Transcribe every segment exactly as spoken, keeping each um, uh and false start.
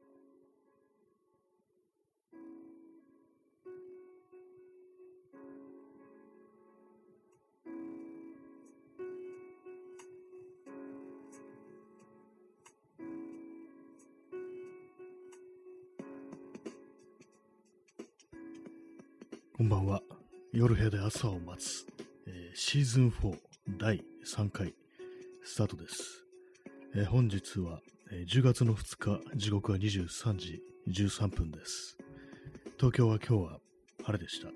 こんばんは。夜部屋で朝を待つ、えーシーズンフォーだいさんかいスタートです。えー本日は、えーじゅうがつのふつか、時刻はにじゅうさんじじゅうさんぷんです。東京は今日は晴れでした。はい。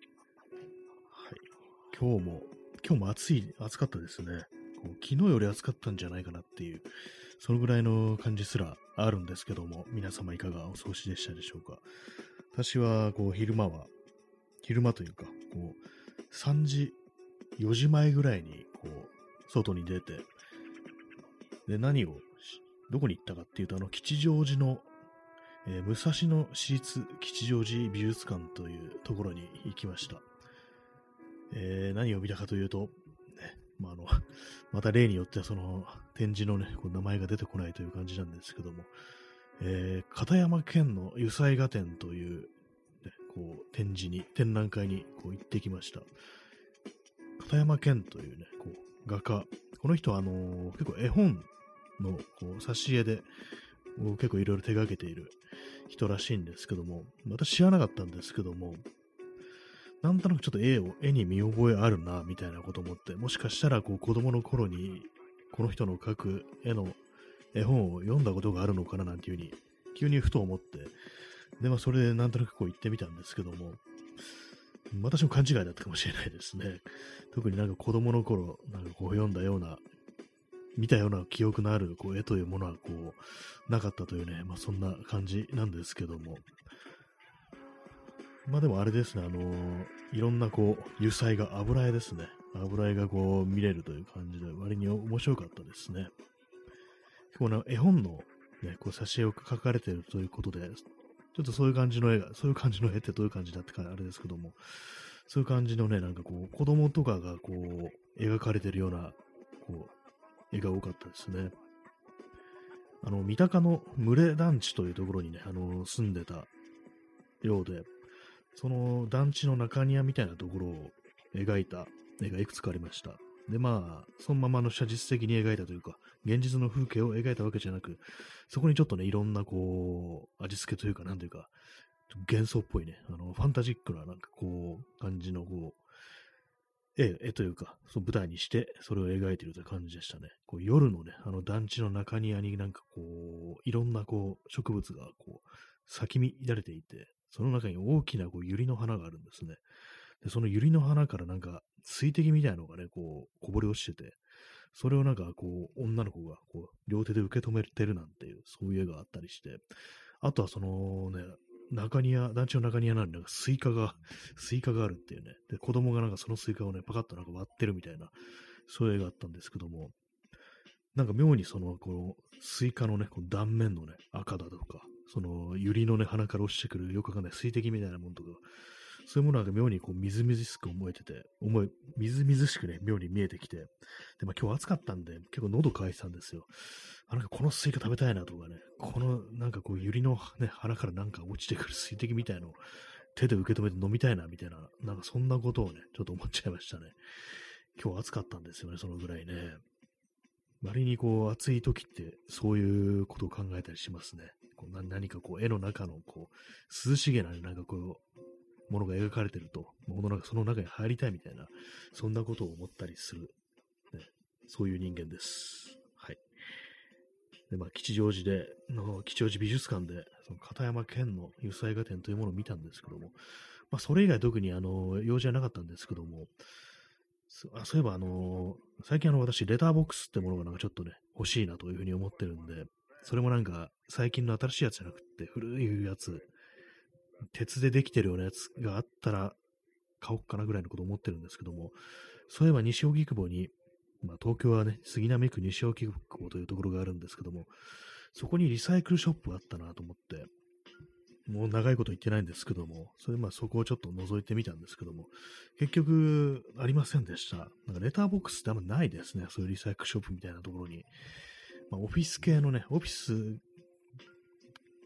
今日も、今日も暑い、暑かったですね。こう昨日より暑かったんじゃないかなっていう、そのぐらいの感じすらあるんですけども、皆様いかがお過ごしでしたでしょうか。私は、こう、昼間は、昼間というか、こう、さんじ、よじまえぐらいに、こう、外に出て、で、何をし、どこに行ったかっていうと、あの、吉祥寺の、えー武蔵野市立吉祥寺美術館というところに行きました。えー何を見たかというと、ね、まあ、あの、また例によってはその展示のね、こう名前が出てこないという感じなんですけども、えー片山健の油彩画展という、ね、こう展示に、展覧会にこう行ってきました。片山健というね、こう画家、この人はあのー結構絵本のこう挿絵でこう結構いろいろ手掛けている人らしいんですけども、私知らなかったんですけども、なんとなくちょっと絵を、絵に見覚えあるな、みたいなことを思って、もしかしたらこう子供の頃にこの人の描く絵の絵本を読んだことがあるのかななんていうふうに、急にふと思って、で、まあそれでなんとなくこう言ってみたんですけども、私も勘違いだったかもしれないですね。特になんか子供の頃、なんかこう読んだような、見たような記憶のあるこう絵というものはこう、なかったというね、まあそんな感じなんですけども。まあでもあれですね、あのーいろんなこう、油彩画、油絵ですね。油絵がこう見れるという感じで、割に面白かったですね。結構な絵本のね、こう挿絵を描かれているということで、ちょっとそういう感じの絵が、そういう感じの絵ってどういう感じだってかあれですけども、そういう感じのね、なんかこう、子供とかがこう、描かれているような、こう、絵が多かったですね。あの、三鷹の群れ団地というところにね、あの、住んでたようで、その団地の中庭みたいなところを描いた絵がいくつかありました。で、まあ、そのままの写実的に描いたというか、現実の風景を描いたわけじゃなく、そこにちょっとね、いろんなこう、味付けというか、なんというか、幻想っぽいね、あの、ファンタジックな、なんかこう、感じのこう、絵、絵というか、その舞台にして、それを描いているという感じでしたね。こう夜のね、あの団地の中庭になんかこう、いろんなこう、植物がこう、咲き乱れていて、その中に大きなこう、百合の花があるんですね。で、その百合の花からなんか、水滴みたいなのがね、こう、こぼれ落ちてて、それをなんかこう、女の子がこう、両手で受け止めてるなんていう、そういう絵があったりして、あとはそのね、中庭、団地の中庭なのになんかスイカが、スイカがあるっていうね。で、子供がなんかそのスイカをね、パカッとなんか割ってるみたいな、そういう絵があったんですけども、なんか妙にその、このスイカのね、この断面のね、赤だとか、その、百合のね、鼻から落ちてくるよくわかんない水滴みたいなものとか、そういうものが妙にこう、みずみずしく思えてて、思い、みずみずしくね、妙に見えてきて、で、まあ今日暑かったんで、結構喉乾いてたんですよ。あ、なんかこのスイカ食べたいなとかね、このなんかこう、百合のね、鼻からなんか落ちてくる水滴みたいのを手で受け止めて飲みたいなみたいな、なんかそんなことをね、ちょっと思っちゃいましたね。今日暑かったんですよね、そのぐらいね。割にこう、暑い時ってそういうことを考えたりしますね。こうな何かこう、絵の中のこう、涼しげな、ね、なんかこう、ものが描かれてると、ものなんかその中に入りたいみたいな、そんなことを思ったりする、ね、そういう人間です。はい。で、まあ、吉祥寺で、の吉祥寺美術館で、その片山健の油彩画展というものを見たんですけども、まあ、それ以外特にあの、用事はなかったんですけども、そあそういえばあの最近あの、私、レターボックスってものがなんかちょっとね、欲しいなというふうに思ってるんで、それもなんか、最近の新しいやつじゃなくて、古いやつ、鉄でできてるようなやつがあったら、買おうかなぐらいのことを思ってるんですけども、そういえば西荻窪に、まあ、東京はね、杉並区西荻窪というところがあるんですけども、そこにリサイクルショップがあったなと思って、もう長いこと言ってないんですけども、それまあそこをちょっと覗いてみたんですけども、結局ありませんでした。なんかレターボックスってあんまないですね。そういうリサイクルショップみたいなところに。まあ、オフィス系のね、オフィス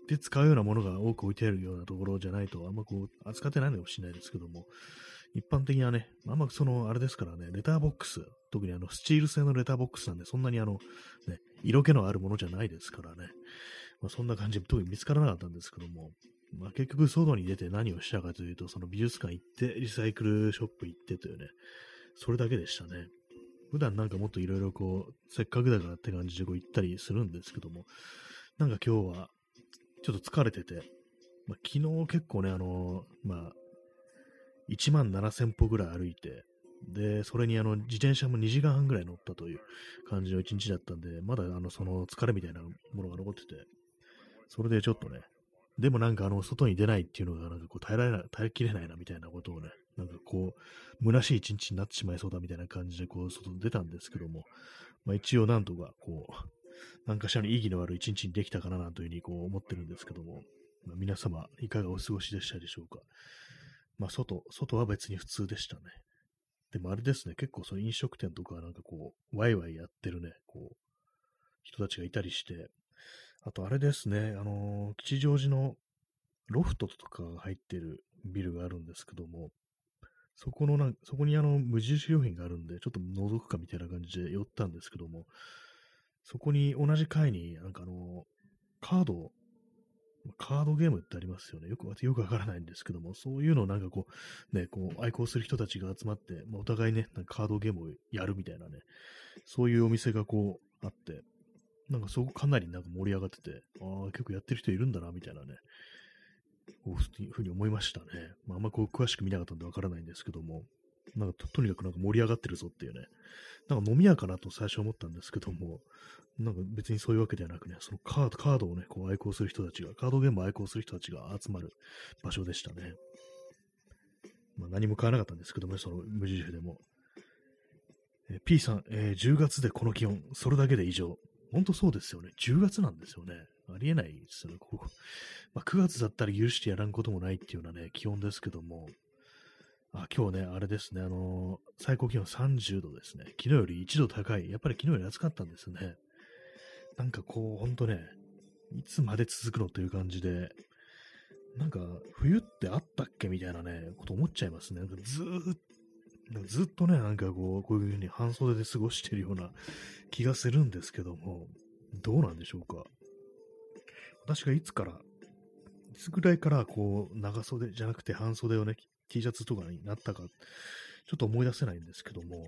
で使うようなものが多く置いてあるようなところじゃないと、あんまこう、扱ってないのかもしれないですけども、一般的にはね、あんまその、あれですからね、レターボックス、特にあの、スチール製のレターボックスなんで、そんなにあの、ね、色気のあるものじゃないですからね、まあ、そんな感じで特に見つからなかったんですけども、まあ、結局外に出て何をしたかというと、その美術館行って、リサイクルショップ行ってというね、それだけでしたね。普段なんかもっといろいろこう、せっかくだからって感じでこう行ったりするんですけども、なんか今日はちょっと疲れてて、まあ、昨日結構ね、あのーまあ、いちまんななせん歩ぐらい歩いて、で、それにあの、自転車もにじかんはんぐらい乗ったという感じの一日だったんで、まだあの、その疲れみたいなものが残ってて、それでちょっとね、でもなんかあの、外に出ないっていうのがなんかこう耐えられない、耐えきれないなみたいなことをね、なんかこう、虚しい一日になってしまいそうだみたいな感じでこう、外に出たんですけども、まあ一応なんとかこう、何かしらの意義のある一日にできたかななんというふうにこう思ってるんですけども、まあ、皆様いかがお過ごしでしたでしょうか。まあ外、外は別に普通でしたね。でもあれですね、結構その飲食店とかなんかこう、ワイワイやってるね、こう、人たちがいたりして、あとあれですね、あのー吉祥寺のロフトとかが入ってるビルがあるんですけども、そこのなん、そこにあの無印良品があるんで、ちょっと覗くかみたいな感じで寄ったんですけども、そこに同じ階になんかあの、カード、カードゲームってありますよね。よく、よくわからないんですけども、そういうのをなんかこう、ね、こう、愛好する人たちが集まって、まあ、お互いね、なんかカードゲームをやるみたいなね、そういうお店がこう、あって、なんかそこかなりなんか盛り上がってて、ああ、結構やってる人いるんだな、みたいなね、こういうふうに思いましたね。まあ、あんまこう詳しく見なかったんでわからないんですけども、なんかととにかくなんか盛り上がってるぞっていうね、なんか飲み屋かなと最初思ったんですけども、なんか別にそういうわけではなくね、そのカード、カードをね、こう愛好する人たちが、カードゲームを愛好する人たちが集まる場所でしたね。まあ、何も買わなかったんですけどもね、その無印でも。えー P さん、えーじゅうがつでこの気温、それだけで異常。本当そうですよね。じゅうがつなんですよね。ありえないですよね。ここまあ、くがつだったら許してやらんこともないっていうようなね、気温ですけども、あ、今日ね、あれですね、あのー最高気温さんじゅうどですね。昨日よりいちど高い。やっぱり昨日より暑かったんですね。なんかこう、ほんとね、いつまで続くのという感じで、なんか、冬ってあったっけみたいなね、こと思っちゃいますね。なんかずーっと、ずっとね、なんかこう、こういう風に半袖で過ごしてるような気がするんですけども、どうなんでしょうか。私がいつから、いつぐらいからこう、長袖じゃなくて半袖をね、T シャツとかになったか、ちょっと思い出せないんですけども、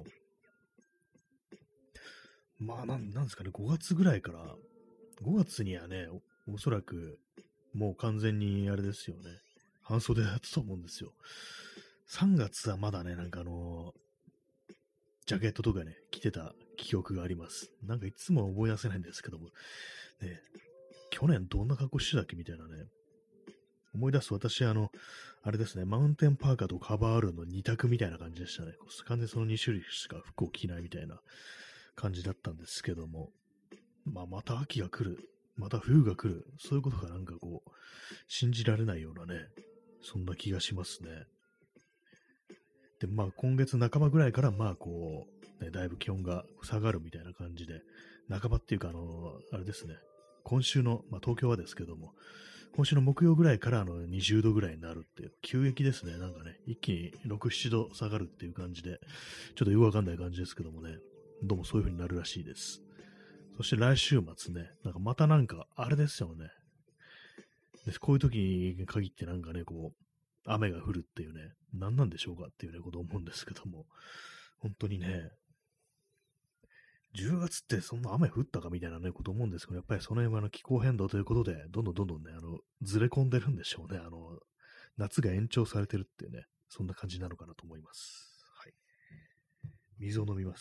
まあ、なん、なんですかね、ごがつぐらいから、ごがつにはね、お、おそらく、もう完全にあれですよね。半袖だったと思うんですよ。さんがつはまだね、なんかあのージャケットとかね、着てた記憶があります。なんかいつも思い出せないんですけども、ね、去年どんな格好してたっけみたいなね、思い出すと私、あの、あれですね、マウンテンパーカーとカバーアールのに択みたいな感じでしたね。完全にそのに種類しか服を着ないみたいな感じだったんですけども、まあ、また秋が来る、また冬が来る、そういうことがなんかこう、信じられないようなね、そんな気がしますね。で、まあ、今月半ばぐらいから、まあ、こう、ね、だいぶ気温が下がるみたいな感じで、半ばっていうか、あの、あれですね、今週の、まあ、東京はですけども、今週の木曜ぐらいからあのにじゅうどぐらいになるっていう、急激ですね。なんかね、一気にろく、ななど下がるっていう感じで、ちょっとよくわかんない感じですけどもね、どうもそういう風になるらしいです。そして来週末ね、なんかまたなんか、あれですよね。でこういう時に限ってなんかね、こう、雨が降るっていうね、何なんでしょうかっていうね、ことを思うんですけども、本当にね、じゅうがつってそんな雨降ったかみたいなね、こと思うんですけど、やっぱりその辺はあの気候変動ということで、どんどんどんどんね、あの、ずれ込んでるんでしょうね。あの、夏が延長されてるっていうね、そんな感じなのかなと思います。はい。水を飲みます。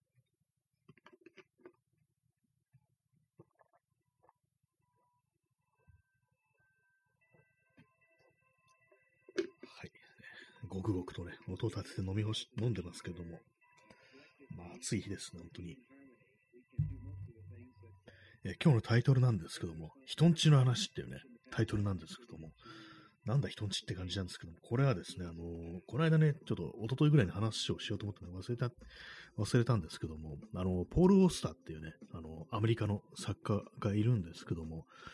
はい。ごくごくとね、音を立てて飲み干し、飲んでますけども、まあ暑い日ですね、本当に。え今日のタイトルなんですけども、人んちの話っていうね、タイトルなんですけども、なんだ人んちって感じなんですけども、これはですね、あのーこの間ね、ちょっと一昨日ぐらいに話をしようと思ったの忘れた、忘れたんですけども、あの、ポール・オースターっていうね、あの、アメリカの作家がいるんですけども、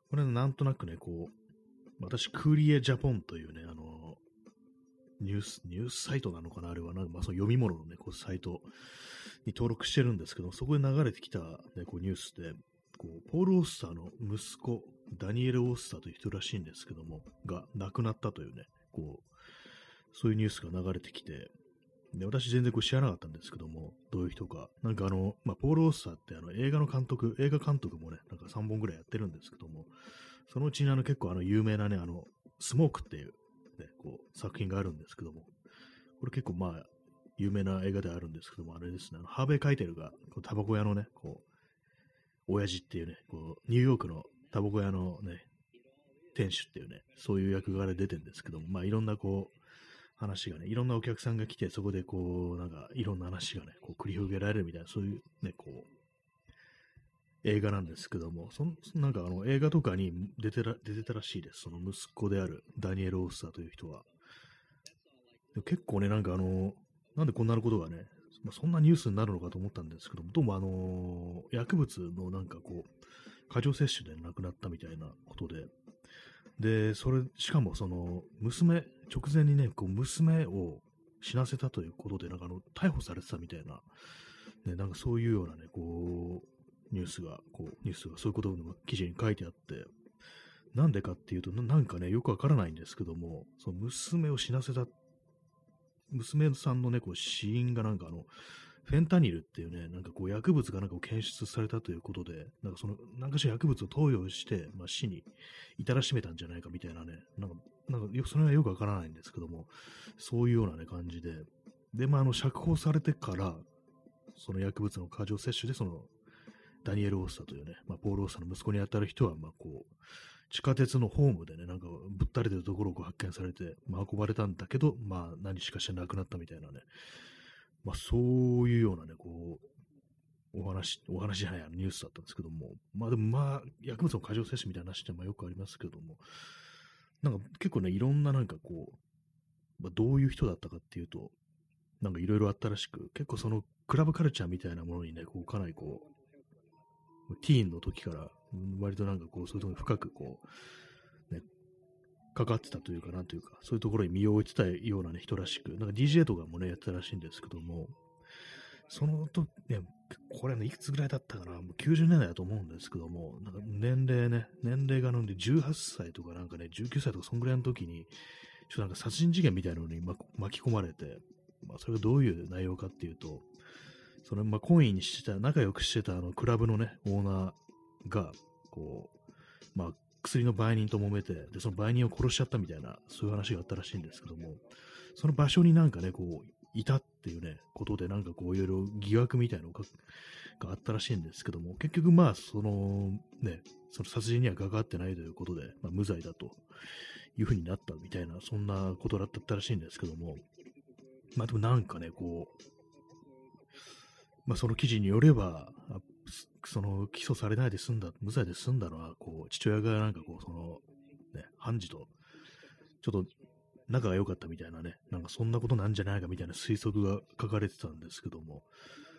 これなんとなくね、こう、私、クーリエジャポンというね、あの、ニュース、ニュースサイトなのかなあれは、なんかまあその読み物のね、こうサイトに登録してるんですけど、そこで流れてきた、ね、こうニュースで、こうポール・オースターの息子、ダニエル・オースターという人らしいんですけども、が亡くなったというね、こう、そういうニュースが流れてきて、で私全然こう知らなかったんですけども、どういう人か。なんかあの、まあ、ポール・オースターってあの映画の監督、映画監督もね、なんかさんぼんぐらいやってるんですけども、そのうちにあの結構あの有名なね、あの、スモークっていう、ね、こう作品があるんですけども、これ結構まあ、有名な映画ではあるんですけども、あれですね、あのハーベイ・カイテルが、こうタバコ屋のね、こう、親父っていうね、こう、ニューヨークのタバコ屋のね、店主っていうね、そういう役柄で出てるんですけども、まあいろんなこう、話がね、いろんなお客さんが来て、そこでこう、なんかいろんな話がね、こう繰り広げられるみたいな、そういうね、こう、映画なんですけども、そのなんかあの映画とかに出てら出てたらしいです。その息子であるダニエル・オースターという人は。で結構ね、なんかあの、なんでこんなことがね、まあ、そんなニュースになるのかと思ったんですけども、どうもあの、薬物のなんかこう、過剰摂取で亡くなったみたいなことで、で、それ、しかもその、娘、直前にね、こう、娘を死なせたということで、なんかあの、逮捕されてたみたいな、ね、なんかそういうようなね、こう、ニュースが、こう、ニュースがそういうことの記事に書いてあって、なんでかっていうとな、なんかね、よくわからないんですけども、その娘を死なせた、娘さんのね、こう死因がなんかあの、フェンタニルっていうね、なんかこう薬物がなんかこう検出されたということで、なんかその、なんかしら薬物を投与して、まあ、死に至らしめたんじゃないかみたいなね、なんか、なんかよそれはよくわからないんですけども、そういうようなね、感じで、で、まあ、あの、釈放されてから、その薬物の過剰摂取で、その、ダニエル・オースターというね、まあ、ポール・オースターの息子にあたる人は、まあ、こう、地下鉄のホームでね、なんかぶったれてるところを発見されて、まあ、運ばれたんだけど、まあ、何しかして亡くなったみたいなね、まあ、そういうようなね、こう、お話、お話じゃない、あのニュースだったんですけども、まあでもまあ、薬物の過剰摂取みたいな話ってまあよくありますけども、なんか結構ね、いろんななんかこう、まあ、どういう人だったかっていうと、なんかいろいろあったらしく、結構そのクラブカルチャーみたいなものにね、こうかなりこう、ティーンの時から、うん割となんかこう、そういうところに深くこう、ね、かかってたというか、なんというか、そういうところに身を置いてたようなね、人らしく、なんか ディージェー とかもね、やってたらしいんですけども、そのと、ね、これね、いくつぐらいだったかな、もうきゅうじゅうねんだいだと思うんですけども、なんか年齢ね、年齢がなんでじゅうはっさいとかなんかね、じゅうきゅうさいとかそんぐらいの時に、ちょっとなんか殺人事件みたいなのにま巻き込まれて、まあ、それがどういう内容かっていうと、その、まあ、懇意にしてた、仲良くしてたあのクラブのね、オーナーが、こう、まあ、薬の売人と揉めて、で、その売人を殺しちゃったみたいな、そういう話があったらしいんですけども、その場所になんかね、こう、いたっていうね、ことで、なんかこう、いろいろ疑惑みたいなのががあったらしいんですけども、結局まあ、その、ね、その殺人には関わってないということで、まあ、無罪だというふうになったみたいな、そんなことだったらしいんですけども、まあでもなんかね、こう、まあその記事によれば、その起訴されないで済んだ、無罪で済んだのは、こう、父親がなんかこう、その、ね、判事と、ちょっと仲が良かったみたいなね、なんかそんなことなんじゃないかみたいな推測が書かれてたんですけども、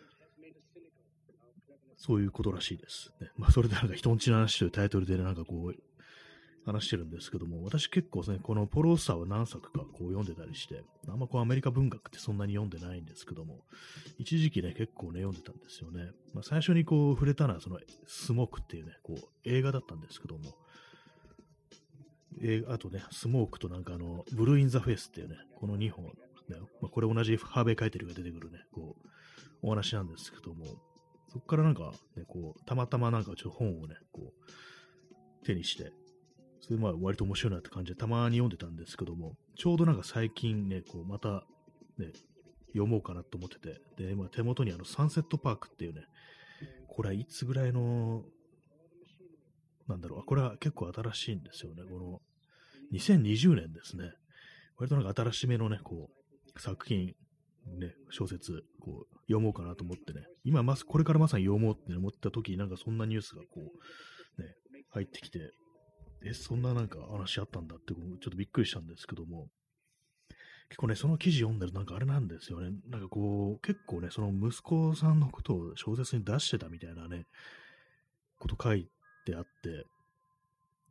そういうことらしいです。ね、まあ、それでなんか人んちの話というタイトルで、ね、なんかこう、話してるんですけども、私結構ね、このポロスターは何作かこう読んでたりして、あんまこうアメリカ文学ってそんなに読んでないんですけども、一時期ね、結構ね、読んでたんですよね。まあ、最初にこう触れたのは、そのスモークっていうね、こう映画だったんですけども、映画あとね、スモークとなんかあの、ブルーインザフェイスっていうね、このにほん、ね、まあ、これ同じハーベイ・カイテルが出てくるね、こう、お話なんですけども、そこからなんかね、こう、たまたまなんかちょっと本をね、こう、手にして、それまあ割と面白いなって感じでたまに読んでたんですけども、ちょうどなんか最近ね、こうまたね、読もうかなと思ってて、で、まあ、手元にあのサンセットパークっていうね、これはいつぐらいの、なんだろう、これは結構新しいんですよね、このにせんにじゅうねんですね。割となんか新しめのね、こう、作品、ね、小説、こう、読もうかなと思ってね、今ま、これからまさに読もうって思った時になんかそんなニュースがこう、ね、入ってきて、え、そんななんか話あったんだって、ちょっとびっくりしたんですけども、結構ね、その記事読んでるなんかあれなんですよね。なんかこう、結構ね、その息子さんのことを小説に出してたみたいなね、こと書いてあって、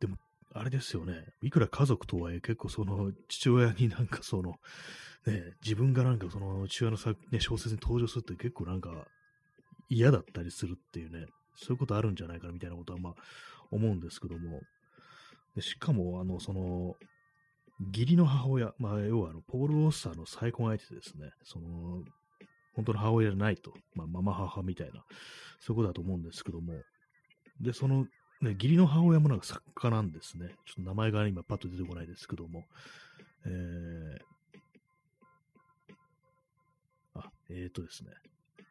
あれですよね。いくら家族とはいえ結構その父親になんかその、ね、自分がなんかその父親の作、ね、小説に登場するって結構なんか嫌だったりするっていうね、そういうことあるんじゃないかなみたいなことはまあ思うんですけども、でしかもあのその義理の母親、まあ要はあのポール・オースターの再婚相手ですね、その本当の母親じゃないと、まあ、ママ母みたいな、そういうことだと思うんですけども、で、その、ね、義理の母親もなんか作家なんですね。ちょっと名前が今パッと出てこないですけども、えー、あ、えーとですね、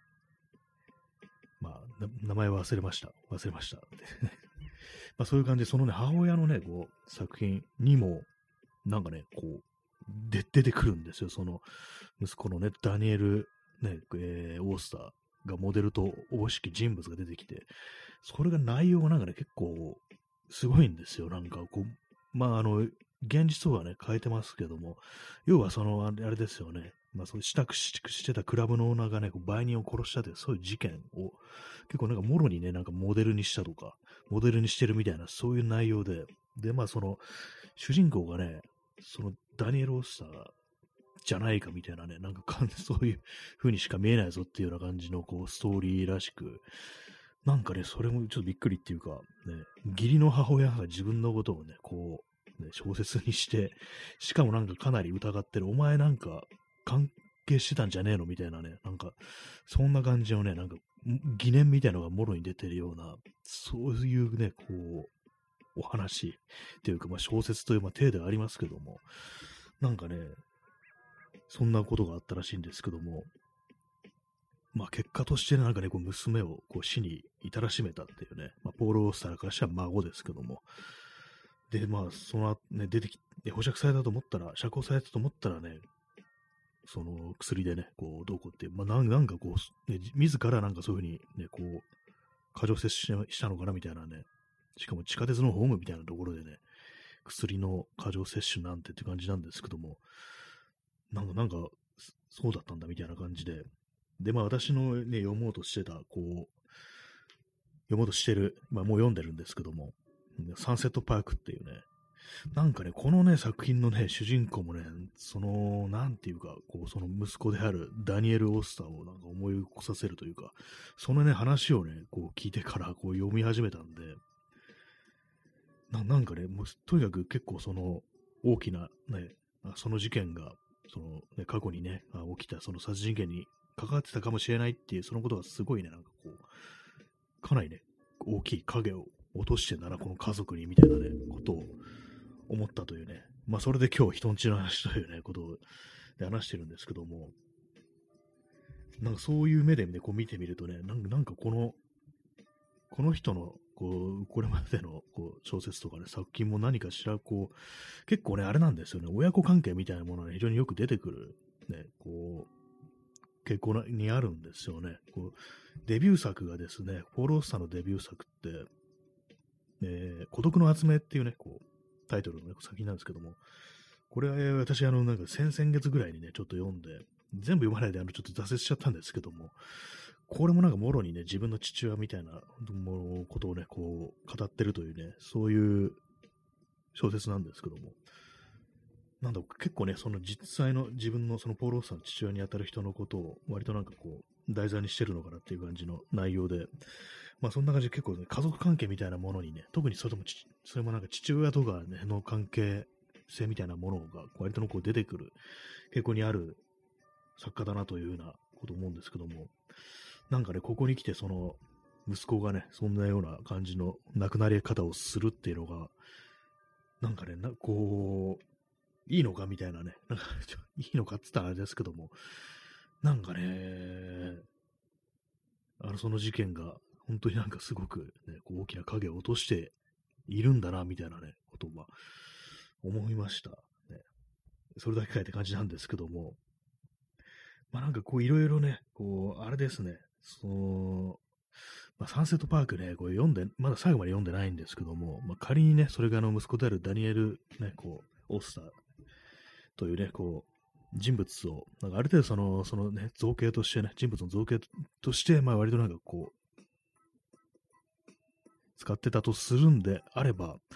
まあ、名前忘れました。忘れました。まあそういう感じで、そのね、母親のね、こう、作品にも、なんかね、こう、で、出てくるんですよ。その、息子のね、ダニエル、ね、えー、オースターがモデルとおぼしき人物が出てきて、それが内容がなんかね、結構、すごいんですよ。なんか、こう、まあ、あの、現実とはね、変えてますけども、要はその、あれあれですよね。まあ、そう、支度してたクラブのオーナーがね、こう売人を殺したという、そういう事件を、結構なんか、もろにね、なんかモデルにしたとか、モデルにしてるみたいな、そういう内容で、で、まあ、その、主人公がね、その、ダニエル・オースターじゃないかみたいなね、なんかかん、そういう風にしか見えないぞっていうような感じの、こう、ストーリーらしく、なんかね、それもちょっとびっくりっていうか、ね、義理の母親が自分のことをね、こう、ね、小説にして、しかもなんかかなり疑ってる、お前なんか関係してたんじゃねえのみたいなね、なんか、そんな感じのね、なんか、疑念みたいなのがもろに出てるような、そういうね、こう、お話っていうか、まあ、小説という、まあ、体ではありますけども、なんかね、そんなことがあったらしいんですけども、まあ結果としてなんかね、こう娘をこう死に至らしめたっていうね、まあ、ポール・オースターからしては孫ですけども、で、まあその後ね、出てきて、保釈されたと思ったら、釈放されたと思ったらね、その薬でね、こう、どうこうって、まあなんなんかこう、ね、自らなんかそういうふうにね、こう、過剰摂取したのかなみたいなね、しかも地下鉄のホームみたいなところでね、薬の過剰摂取なんてって感じなんですけども、なんか、なんか、そうだったんだみたいな感じで、で、まあ私のね、読もうとしてた、こう、読もうとしてる、まあもう読んでるんですけども、サンセットパークっていうね、なんかね、このね、作品のね、主人公もね、その、なんていうか、こう、その息子であるダニエル・オースターをなんか思い起こさせるというか、そのね、話をね、こう聞いてからこう読み始めたんで、ななんかね、もうとにかく結構その、大きなね、その事件が、その、ね、過去にね、起きたその殺人事件に関わってたかもしれないっていう、そのことがすごいね、なんかこう、かなりね、大きい影を落としてんだな、この家族に、みたいなね、ことを思ったというね、まあ、それで今日人んちの話というね、ことをで話してるんですけども、なんかそういう目でね、こう見てみるとね、なんかなんかこの、この人の、こう、これまでのこう小説とかね、作品も何かしら、こう、結構ね、あれなんですよね、親子関係みたいなものが非常によく出てくる、ね、こう、傾向にあるんですよね。こうデビュー作がですね、ポール・オースターのデビュー作って、えー、孤独の集めっていうね、こう、タイトルの、ね、作品なんですけども、これは私、あの、なんか先々月ぐらいにね、ちょっと読んで、全部読まないで、あの、ちょっと挫折しちゃったんですけども、これもなんかもろにね、自分の父親みたいなものことをね、こう、語ってるというね、そういう小説なんですけども、なんだ結構ね、その実際の自分のそのポール・オースターの父親にあたる人のことを割となんかこう、題材にしてるのかなっていう感じの内容で、まあそんな感じで結構ね、家族関係みたいなものにね、特にそれもそれもなんか父親とか、ね、の関係性みたいなものが割とのこう出てくる傾向にある作家だなというようなことを思うんですけども、なんかね、ここに来てその息子がね、そんなような感じの亡くなり方をするっていうのが、なんかね、なこう、いいのかみたいなね、なんかいいのかって言ったらあれですけども、なんかね、あの、その事件が本当になんかすごくね、こう大きな影を落としているんだな、みたいなね、ことは思いました。ね。それだけかいって感じなんですけども、まあなんかこういろいろね、こう、あれですね、その、まあ、サンセットパークね、こう読んで、まだ最後まで読んでないんですけども、まあ、仮にね、それがあの息子であるダニエル、ね、こう、オースターというね、こう、人物を、なんかある程度その、そのね、造形としてね、人物の造形として、まあ割となんかこう、使ってたとするんであれば、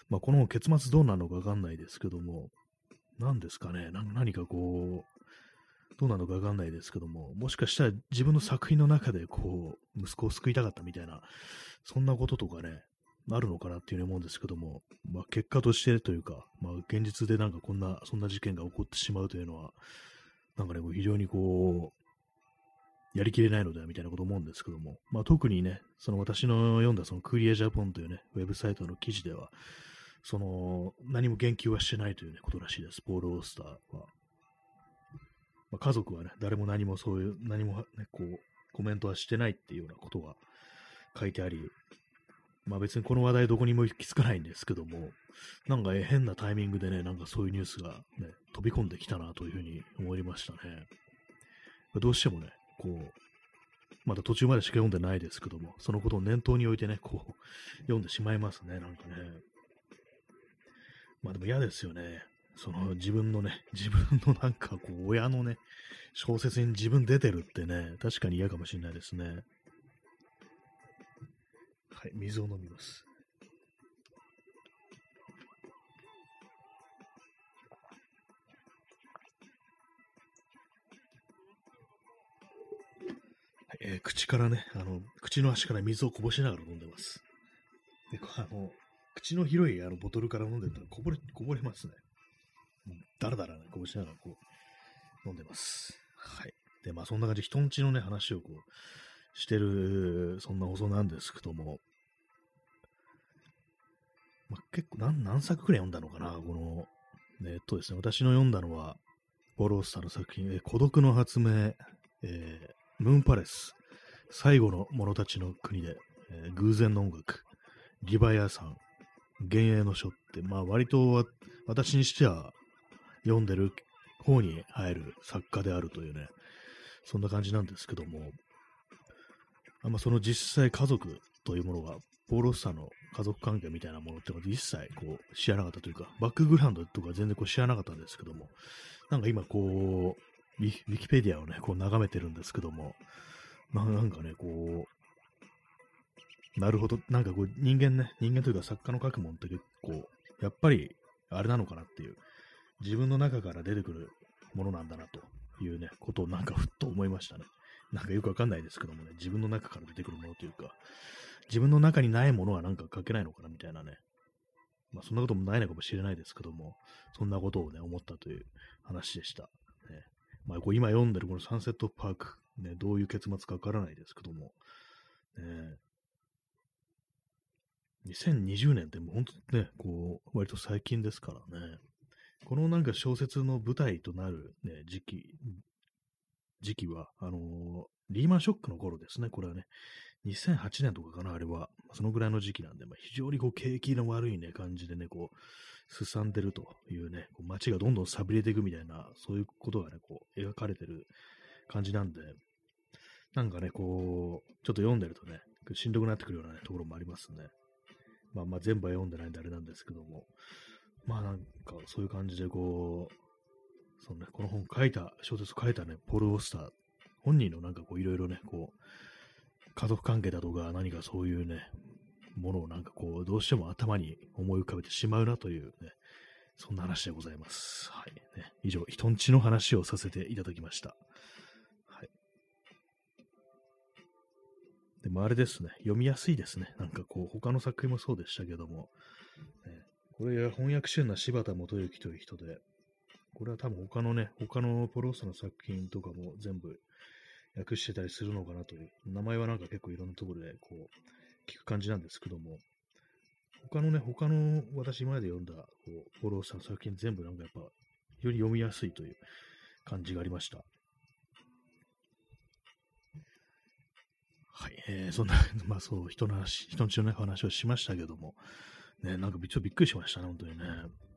まあ、この結末どうなるのかわかんないですけども、何ですかね、な何かこう、どうなのかわかんないですけども、もしかしたら自分の作品の中でこう、息子を救いたかったみたいな、そんなこととかね、あるのかなっていうふうに思うんですけども、まあ、結果としてというか、まあ、現実でなんかこんな、そんな事件が起こってしまうというのは、なんかね、非常にこう、やりきれないのではみたいなこと思うんですけども、まあ、特にね、その私の読んだそのクリエジャポンというね、ウェブサイトの記事では、その、何も言及はしてないという、ね、ことらしいです、ポール・オースターは。まあ、家族はね、誰も何もそういう、何もね、こう、コメントはしてないっていうようなことが書いてあり、まあ別にこの話題どこにも行き着かないんですけども、なんか変なタイミングでね、なんかそういうニュースがね、飛び込んできたなというふうに思いましたね。どうしてもね、こう、まだ途中までしか読んでないですけども、そのことを念頭に置いてね、こう、読んでしまいますね、なんかね。まあでも嫌ですよね。その自分のね、自分のなんかこう、親のね、小説に自分出てるってね、確かに嫌かもしれないですね。はい、水を飲みます。はい、えー口からね、あの、口の端から水をこぼしながら飲んでます。で、こうあの、口の広いあのボトルから飲んでたらこぼれ、こぼれますね。もうだらだらね、こぼしながらこう、飲んでます。はい。で、まあそんな感じで人んちのね、話をこう、してる、そんな放送なんですけども、まあ、結構何、何作くらい読んだのかな、この、えーっとですね、私の読んだのは、ボロースターの作品、えー孤独の発明、えームーンパレス、最後の者たちの国で、えー偶然の音楽、リバヤさん、幻影の書って、まあ割と私にしては読んでる方に入る作家であるというね、そんな感じなんですけども、あんまその実際家族というものが、ポール・オスターの家族関係みたいなものってこと一切こう知らなかったというか、バックグラウンドとか全然こう知らなかったんですけども、なんか今こう、ウィウィキペディアをね、こう眺めてるんですけども、ななんかね、こう、なるほど、なんかこう人間ね、人間というか作家の書くもんって結構、やっぱりあれなのかなっていう、自分の中から出てくるものなんだなというね、ことをなんかふっと思いましたね。なんかよくわかんないですけどもね、自分の中から出てくるものというか、自分の中にないものはなんか書けないのかなみたいなね。まあそんなこともないのかもしれないですけども、そんなことをね、思ったという話でした。ね、まあこう今読んでるこのサンセットパーク、ね、どういう結末かわからないですけども、ね、にせんにじゅうねんってもう本当ね、こう、割と最近ですからね。このなんか小説の舞台となる、ね、時期、時期は、あのーリーマンショックの頃ですね、これはね。にせんはちねんとかかな、あれは。そのぐらいの時期なんで、まあ、非常にこう景気の悪いね、感じでね、こう、すさんでるというね、こう街がどんどん寂れていくみたいな、そういうことがね、こう、描かれてる感じなんで、なんかね、こう、ちょっと読んでるとね、しんどくなってくるような、ね、ところもありますね。まあまあ全部は読んでないんであれなんですけども、まあなんかそういう感じでこう、そのね、この本書いた、小説書いたね、ポール・オスター、本人のなんかこういろいろね、こう、家族関係だとか何かそういうね、ものをなんかこう、どうしても頭に思い浮かべてしまうなというね、そんな話でございます。はい。ね、以上、人んちの話をさせていただきました。はい。でもあれですね、読みやすいですね。なんかこう、他の作品もそうでしたけども、ね、これ翻訳してるのは柴田元幸という人で、これは多分他のね、他のポロースの作品とかも全部訳してたりするのかなという、名前はなんか結構いろんなところでこう、聞く感じなんですけども、他のね、他の私今まで読んだこうポロースの作品全部なんかやっぱ非常に読みやすいという感じがありました。はい、えー、そんな、まあそう、人の話、人の血のね、話をしましたけども、ね、なんかちょっとびっくりしましたね、本当にね。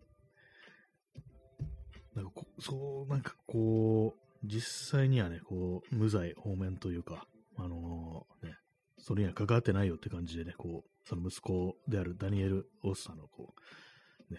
なんかこそう、なんかこう、実際にはね、こう、無罪放免というか、あのー、ね、それには関わってないよって感じでね、こう、その息子であるダニエル・オースターの、こう、ね、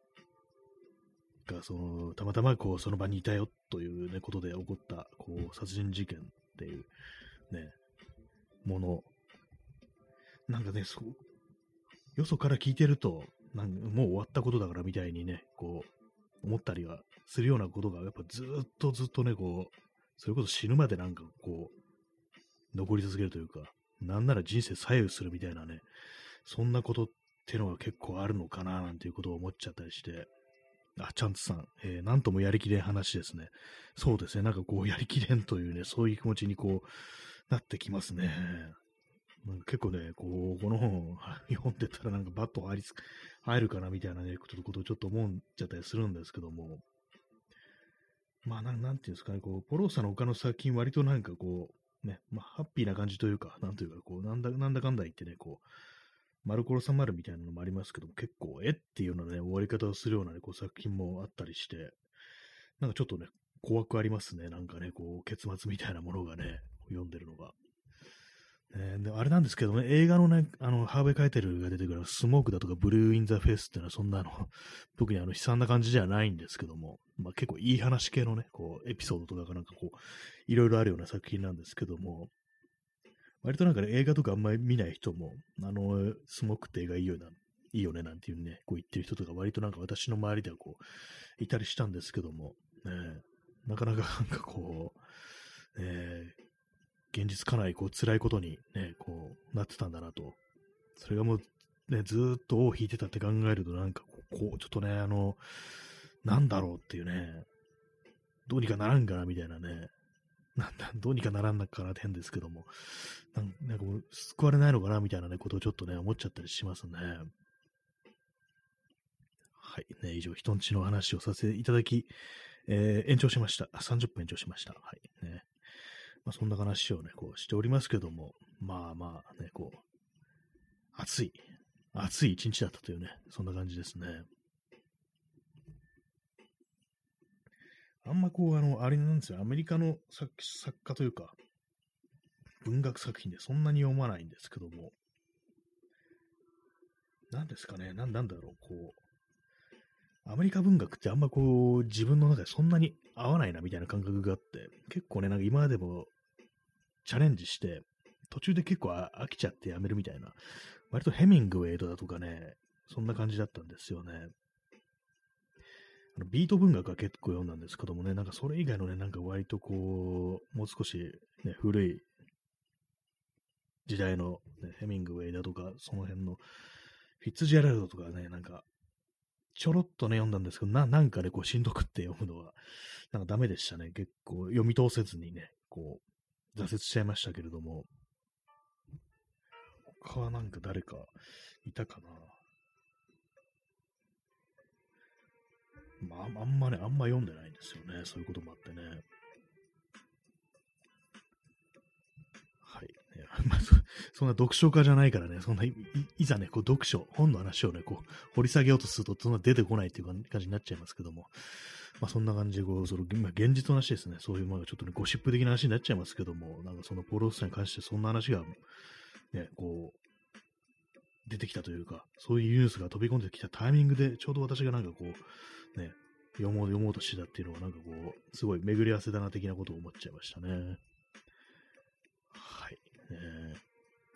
が、その、たまたま、こう、その場にいたよというね、ことで起こった、こう、殺人事件っていう、ね、もの、なんかね、そう、よそから聞いてると、 なんもう終わったことだからみたいにね、こう、思ったりはするようなことが、やっぱずっとずっとね、こう、それこそ死ぬまでなんかこう、残り続けるというか、なんなら人生左右するみたいなね、そんなことってのが結構あるのかな、なんていうことを思っちゃったりして、あ、チャンツさん、えー、なんともやりきれん話ですね。そうですね、なんかこう、やりきれんというね、そういう気持ちにこう、なってきますね。結構ね、こう、この本読んでたらなんかバット入り入るかなみたいなね、ことをちょっと思っちゃったりするんですけども、まあ、なん、なんていうんですかね、こう、ポローさんの他の作品割となんかこう、ね、まあ、ハッピーな感じというか、なんというか、こう、なんだ、なんだかんだ言ってね、こう、丸殺さまるみたいなのもありますけども、結構、えっていうようなね、終わり方をするようなね、こう、作品もあったりして、なんかちょっとね、怖くありますね、なんかね、こう、結末みたいなものがね、読んでるのが。えー、であれなんですけどね、映画のね、あの、ハーベイ・カイテルが出てくるスモークだとかブルー・イン・ザ・フェイスっていうのはそんなあの、特にあの悲惨な感じではないんですけども、まあ結構いい話系のね、こう、エピソードとかがなんかこう、いろいろあるような作品なんですけども、割となんかね、映画とかあんまり見ない人も、あの、スモークって映画いいよな、いいよねなんていうね、こう言ってる人とか割となんか私の周りではこう、いたりしたんですけども、ね、なかなかなんかこう、えー現実かなりこう辛いことにね、こうなってたんだなと。それがもうね、ずーっと尾を引いてたって考えるとなんかこう、ちょっとね、あの、なんだろうっていうね、どうにかならんかなみたいなね、なんだ、どうにかならんなかなって変ですけども、なんなんかもう救われないのかなみたいなね、ことをちょっとね、思っちゃったりしますね。はい。ね、以上、人んちの話をさせていただき、えー延長しました。さんじゅっぷん延長しました。はい。ね。まあ、そんな話をね、こうしておりますけども、まあまあね、こう、暑い、暑い一日だったというね、そんな感じですね。あんまこう、あの、あれなんですよ、アメリカの作作家というか、文学作品でそんなに読まないんですけども、なんですかね、なん、なんだろう、こう、アメリカ文学ってあんまこう、自分の中でそんなに合わないなみたいな感覚があって、結構ね、なんか今までもチャレンジして、途中で結構飽きちゃってやめるみたいな、割とヘミングウェイだとかね、そんな感じだったんですよね。あのビート文学は結構読んだんですけどもね、なんかそれ以外のね、なんか割とこう、もう少し、ね、古い時代の、ね、ヘミングウェイだとか、その辺のフィッツジェラルドとかね、なんかちょろっとね、読んだんですけど、ななんかね、こうしんどくって読むのは、なんかダメでしたね。結構読み通せずにね、こう、挫折しちゃいましたけれども、他はなんか誰かいたかな。まあ、あんまね、あんま読んでないんですよね。そういうこともあってね。はい。ね、まあ、そそんな読書家じゃないからね、そんない、いざね、こう読書、本の話をね、こう掘り下げようとすると、そんな出てこないっていう感じになっちゃいますけども、まあそんな感じで、こう、その、まあ、現実の話ですね、そういう、まあちょっとね、ゴシップ的な話になっちゃいますけども、なんかそのポロスターに関してそんな話が、ね、こう、出てきたというか、そういうニュースが飛び込んできたタイミングで、ちょうど私がなんかこう、ね、読もう、読もうとしてたっていうのは、なんかこう、すごい巡り合わせだな的なことを思っちゃいましたね。はい。えー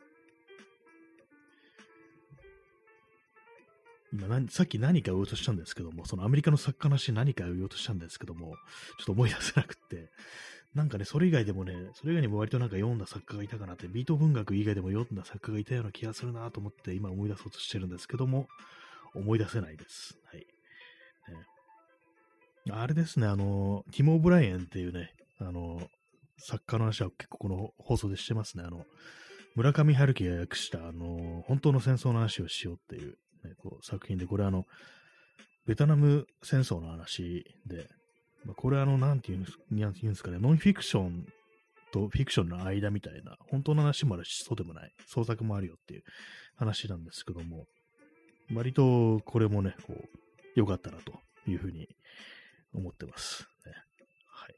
今何、さっき何か言おうとしたんですけども、そのアメリカの作家の話何か言おうとしたんですけども、ちょっと思い出せなくって、なんかね、それ以外でもね、それ以外にも割となんか読んだ作家がいたかなって、ビート文学以外でも読んだ作家がいたような気がするなと思って今思い出そうとしてるんですけども、思い出せないです。はい。ね、あれですね、あの、ティモ・オブライエンっていうね、あの、作家の話は結構この放送でしてますね。あの、村上春樹が訳した、あの、本当の戦争の話をしようっていう、ね、こう作品で、これあの、ベトナム戦争の話で、まあ、これあの、なんていうんです言うんですかね、ノンフィクションとフィクションの間みたいな、本当の話もあるし、そうでもない、創作もあるよっていう話なんですけども、割とこれもね、こう、良かったなというふうに思ってます。ね、はい。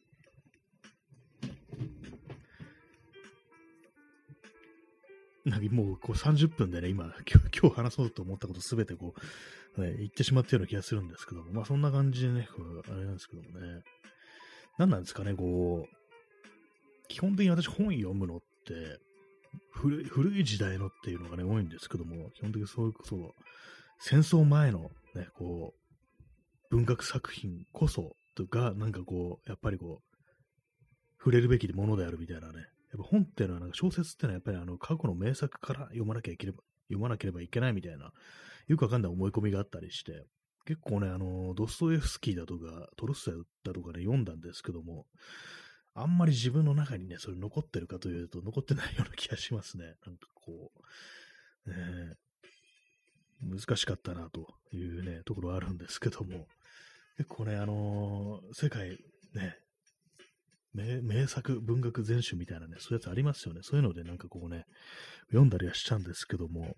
なんかもうこうさんじゅっぷんでね、今、今日今日話そうと思ったことすべてこう、ね、言ってしまったような気がするんですけども、まあそんな感じでね、こうあれなんですけどもね、何なんですかね、こう、基本的に私本読むのって、古い古い時代のっていうのがね、多いんですけども、基本的にそういうことを好戦争前のね、こう、文学作品こそ、が、なんかこう、やっぱりこう、触れるべきものであるみたいなね。やっぱ本っていうのは、なんか小説っていうのはやっぱりあの過去の名作から読まなきゃいければ、読まなければいけないみたいな、よくわかんない思い込みがあったりして、結構ね、あの、ドストエフスキーだとか、トルストイだとかね、読んだんですけども、あんまり自分の中にね、それ残ってるかというと、残ってないような気がしますね。なんかこう、ね、難しかったなというね、ところはあるんですけども、結構ね、あのー世界、ね、名名作文学全集みたいなね、そういうやつありますよね。そういうのでなんかこうね、読んだりはしたんですけども、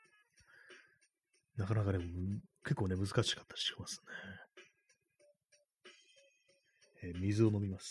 なかなかね、結構ね、難しかったりしますね。えー水を飲みます。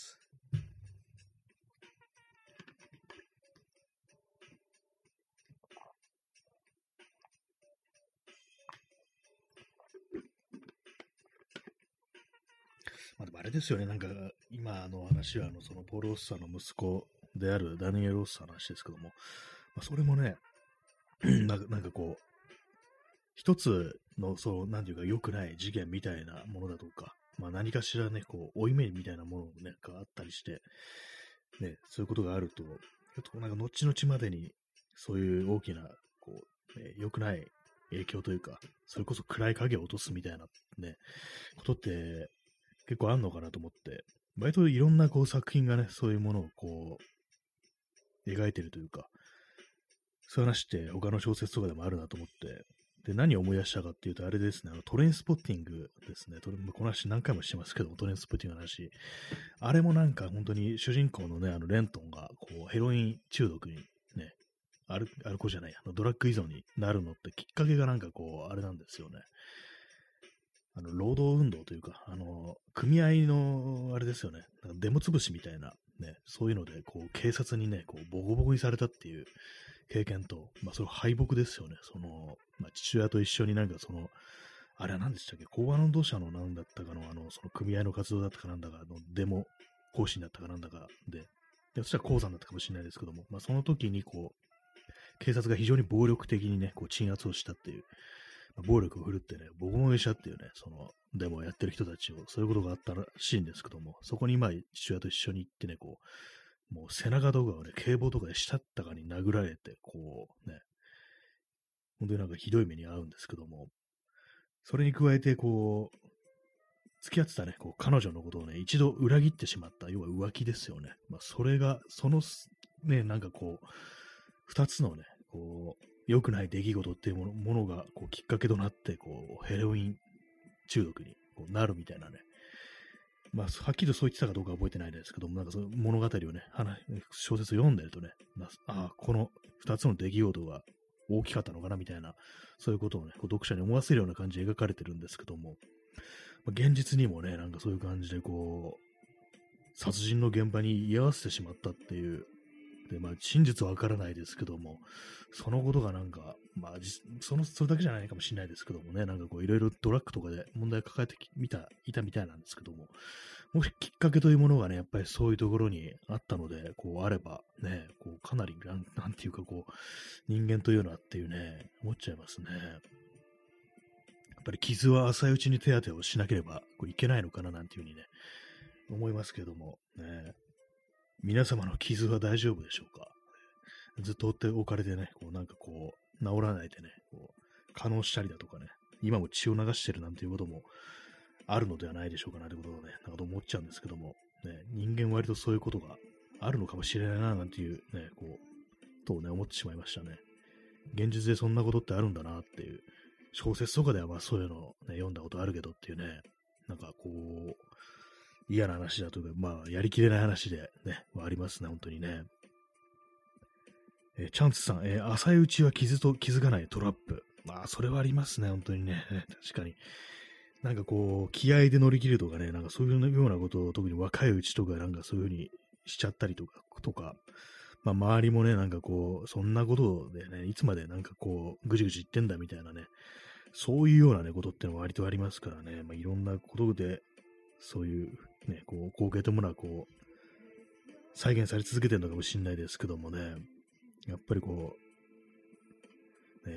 まあ、でもあれですよね、なんか、今の話は、あの、その、ポール・オッサーの息子であるダニエル・オッサーの話ですけども、まあ、それもね、なんかなんかこう、一つの、そう、なんていうか、良くない事件みたいなものだとか、まあ、何かしらね、こう、負い目みたいなものね、があったりして、ね、そういうことがあると、ちょっとなんか、後々までに、そういう大きな、こう、ね、良くない影響というか、それこそ暗い影を落とすみたいな、ね、ことって結構あんのかなと思って、割といろんなこう作品がね、そういうものをこう、描いてるというか、そういう話って他の小説とかでもあるなと思って、で、何を思い出したかっていうと、あれですね、あのトレインスポッティングですね。トレこの話何回もしてますけど、トレインスポッティングの話。あれもなんか本当に主人公のね、あのレントンがこうヘロイン中毒にね、アルアルコじゃない、あのドラッグ依存になるのってきっかけがなんかこう、あれなんですよね。あの、労働運動というか、あの、組合の、あれですよね、なんかデモ潰しみたいな、ね、そういうので、こう、警察にね、こう、ボコボコにされたっていう経験と、まあ、それ敗北ですよね。その、まあ、父親と一緒になんかその、あれは何でしたっけ、講和労働者の何だったかの、あの、その組合の活動だったかなんだかの、デモ行進だったかなんだかで、で、そしたら鉱山だったかもしれないですけども、まあ、その時にこう、警察が非常に暴力的にね、こう、鎮圧をしたっていう、暴力を振るってね、ボコボコにしたっていうね、その、デモをやってる人たちを、そういうことがあったらしいんですけども、そこにまあ、父親と一緒に行ってね、こう、もう背中とかをね、警棒とかでしたったかに殴られて、こう、ね、本当になんかひどい目に遭うんですけども、それに加えて、こう、付き合ってたね、こう、彼女のことをね、一度裏切ってしまった、要は浮気ですよね。まあ、それが、その、ね、なんかこう、二つのね、こう、良くない出来事っていうものものがこうきっかけとなって、こう、ヘロイン中毒にこうなるみたいなね。まあ、はっきりとそう言ってたかどうかは覚えてないですけども、なんかその物語をね、話小説を読んでるとね、まあ、あこの二つの出来事が大きかったのかなみたいな、そういうことをね、こう読者に思わせるような感じで描かれてるんですけども、まあ、現実にもね、なんかそういう感じでこう、殺人の現場に居合わせてしまったっていうで、まあ、真実はわからないですけども、そのことがなんか、まあ、その、それだけじゃないかもしれないですけどもね、なんかこう、いろいろドラッグとかで問題を抱えてみた、いたみたいなんですけども、もしきっかけというものがね、やっぱりそういうところにあったので、こう、あれば、ね、こう、かなり、なん、なんていうか、こう、人間というのはっていうね、思っちゃいますね。やっぱり傷は浅いうちに手当てをしなければこういけないのかななんていうふうにね、思いますけども、ね、皆様の傷は大丈夫でしょうか。ずっと放っておかれてね、こうなんかこう、治らないでね、こう、可能したりだとかね、今も血を流してるなんていうこともあるのではないでしょうかなということをね、なんか思っちゃうんですけども、ね、人間割とそういうことがあるのかもしれないな、なんていうね、こう、とね、思ってしまいましたね。現実でそんなことってあるんだなっていう、小説とかではまあそういうのを、ね、読んだことあるけどっていうね、なんかこう、嫌な話だというか、まあ、やりきれない話でね、ありますね、本当にね。えーチャンツさん、えー浅いうちは傷と気づかないトラップ。まあ、それはありますね、本当にね。確かに。なんかこう、気合で乗り切るとかね、なんかそういうようなことを、特に若いうちとか、なんかそういうふうにしちゃったりとか、とか、まあ、周りもね、なんかこう、そんなことでね、いつまでなんかこう、ぐじぐじ言ってんだみたいなね、そういうようなね、ことってのは割とありますからね、まあ、いろんなことで、そういうね、こう、光景とものはこう、再現され続けてるのかもしれないですけどもね、やっぱりこう、ね、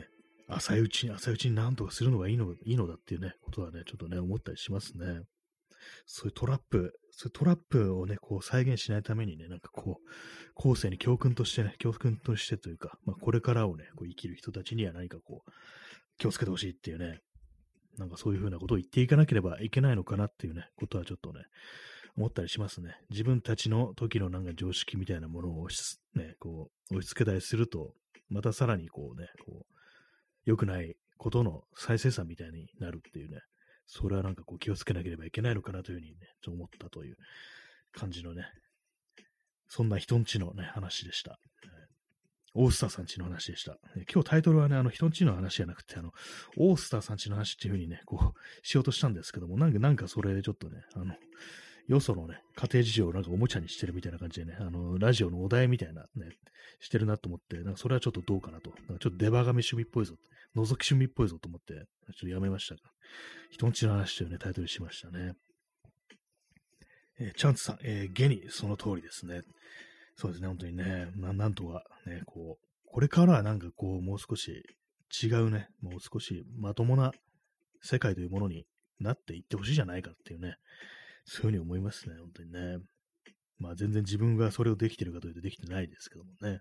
浅いうちに、浅いうちになんとかするのがいいの、いいのだっていうね、ことはね、ちょっとね、思ったりしますね。そういうトラップ、そういうトラップをね、こう再現しないためにね、なんかこう、後世に教訓としてね、教訓としてというか、まあ、これからをね、こう生きる人たちには何かこう、気をつけてほしいっていうね、なんかそういうふうなことを言っていかなければいけないのかなっていうね、ことはちょっとね、思ったりしますね。自分たちの時のなんか常識みたいなものを押し、ね、こう、押し付けたりすると、またさらにこうね、こう、良くないことの再生産みたいになるっていうね、それはなんかこう気をつけなければいけないのかなというふうにね、ちょっと思ったという感じのね、そんな人んちのね、話でした。オースターさんちの話でした。今日タイトルはね、あの人んちの話じゃなくて、あの、オースターさんちの話っていうふうにね、こう、しようとしたんですけども、なんか、なんかそれでちょっとね、あの、よそのね、家庭事情をなんかおもちゃにしてるみたいな感じでね、あの、ラジオのお題みたいなね、してるなと思って、なんかそれはちょっとどうかなと。なんかちょっとデバガミ趣味っぽいぞ、覗き趣味っぽいぞと思って、ちょっとやめましたが、人んちの話というね、タイトルにしましたね。えー、チャンツさん、えー、ゲにその通りですね。そうですね、本当にね、ななんとかね、こう、これからはなんかこう、もう少し違うね、もう少しまともな世界というものになっていってほしいじゃないかっていうね、そういうふうに思いますね、本当にね。まあ全然自分がそれをできてるかというとできてないですけどもね。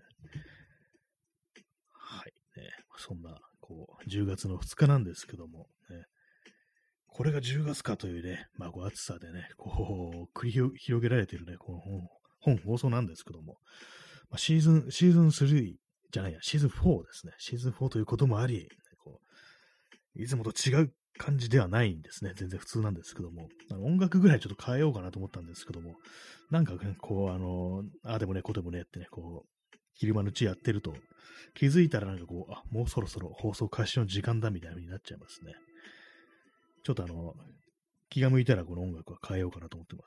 はい。ね、そんな、こう、じゅうがつのふつかなんですけども、ね、これがじゅうがつかというね、まあこう暑さでね、こう、繰り広げられているね、この本本放送なんですけども、まあ、シーズン、シーズンスリーじゃないや、シーズンフォーですね。シーズンフォーということもあり、こういつもと違う感じではないんですね。全然普通なんですけども。あの音楽ぐらいちょっと変えようかなと思ったんですけども、なんかね、こう、あの、ああでもね、こうでもねってね、こう、昼間のうちやってると、気づいたらなんかこう、あ、もうそろそろ放送開始の時間だみたいな風になっちゃいますね。ちょっとあの、気が向いたらこの音楽は変えようかなと思ってます。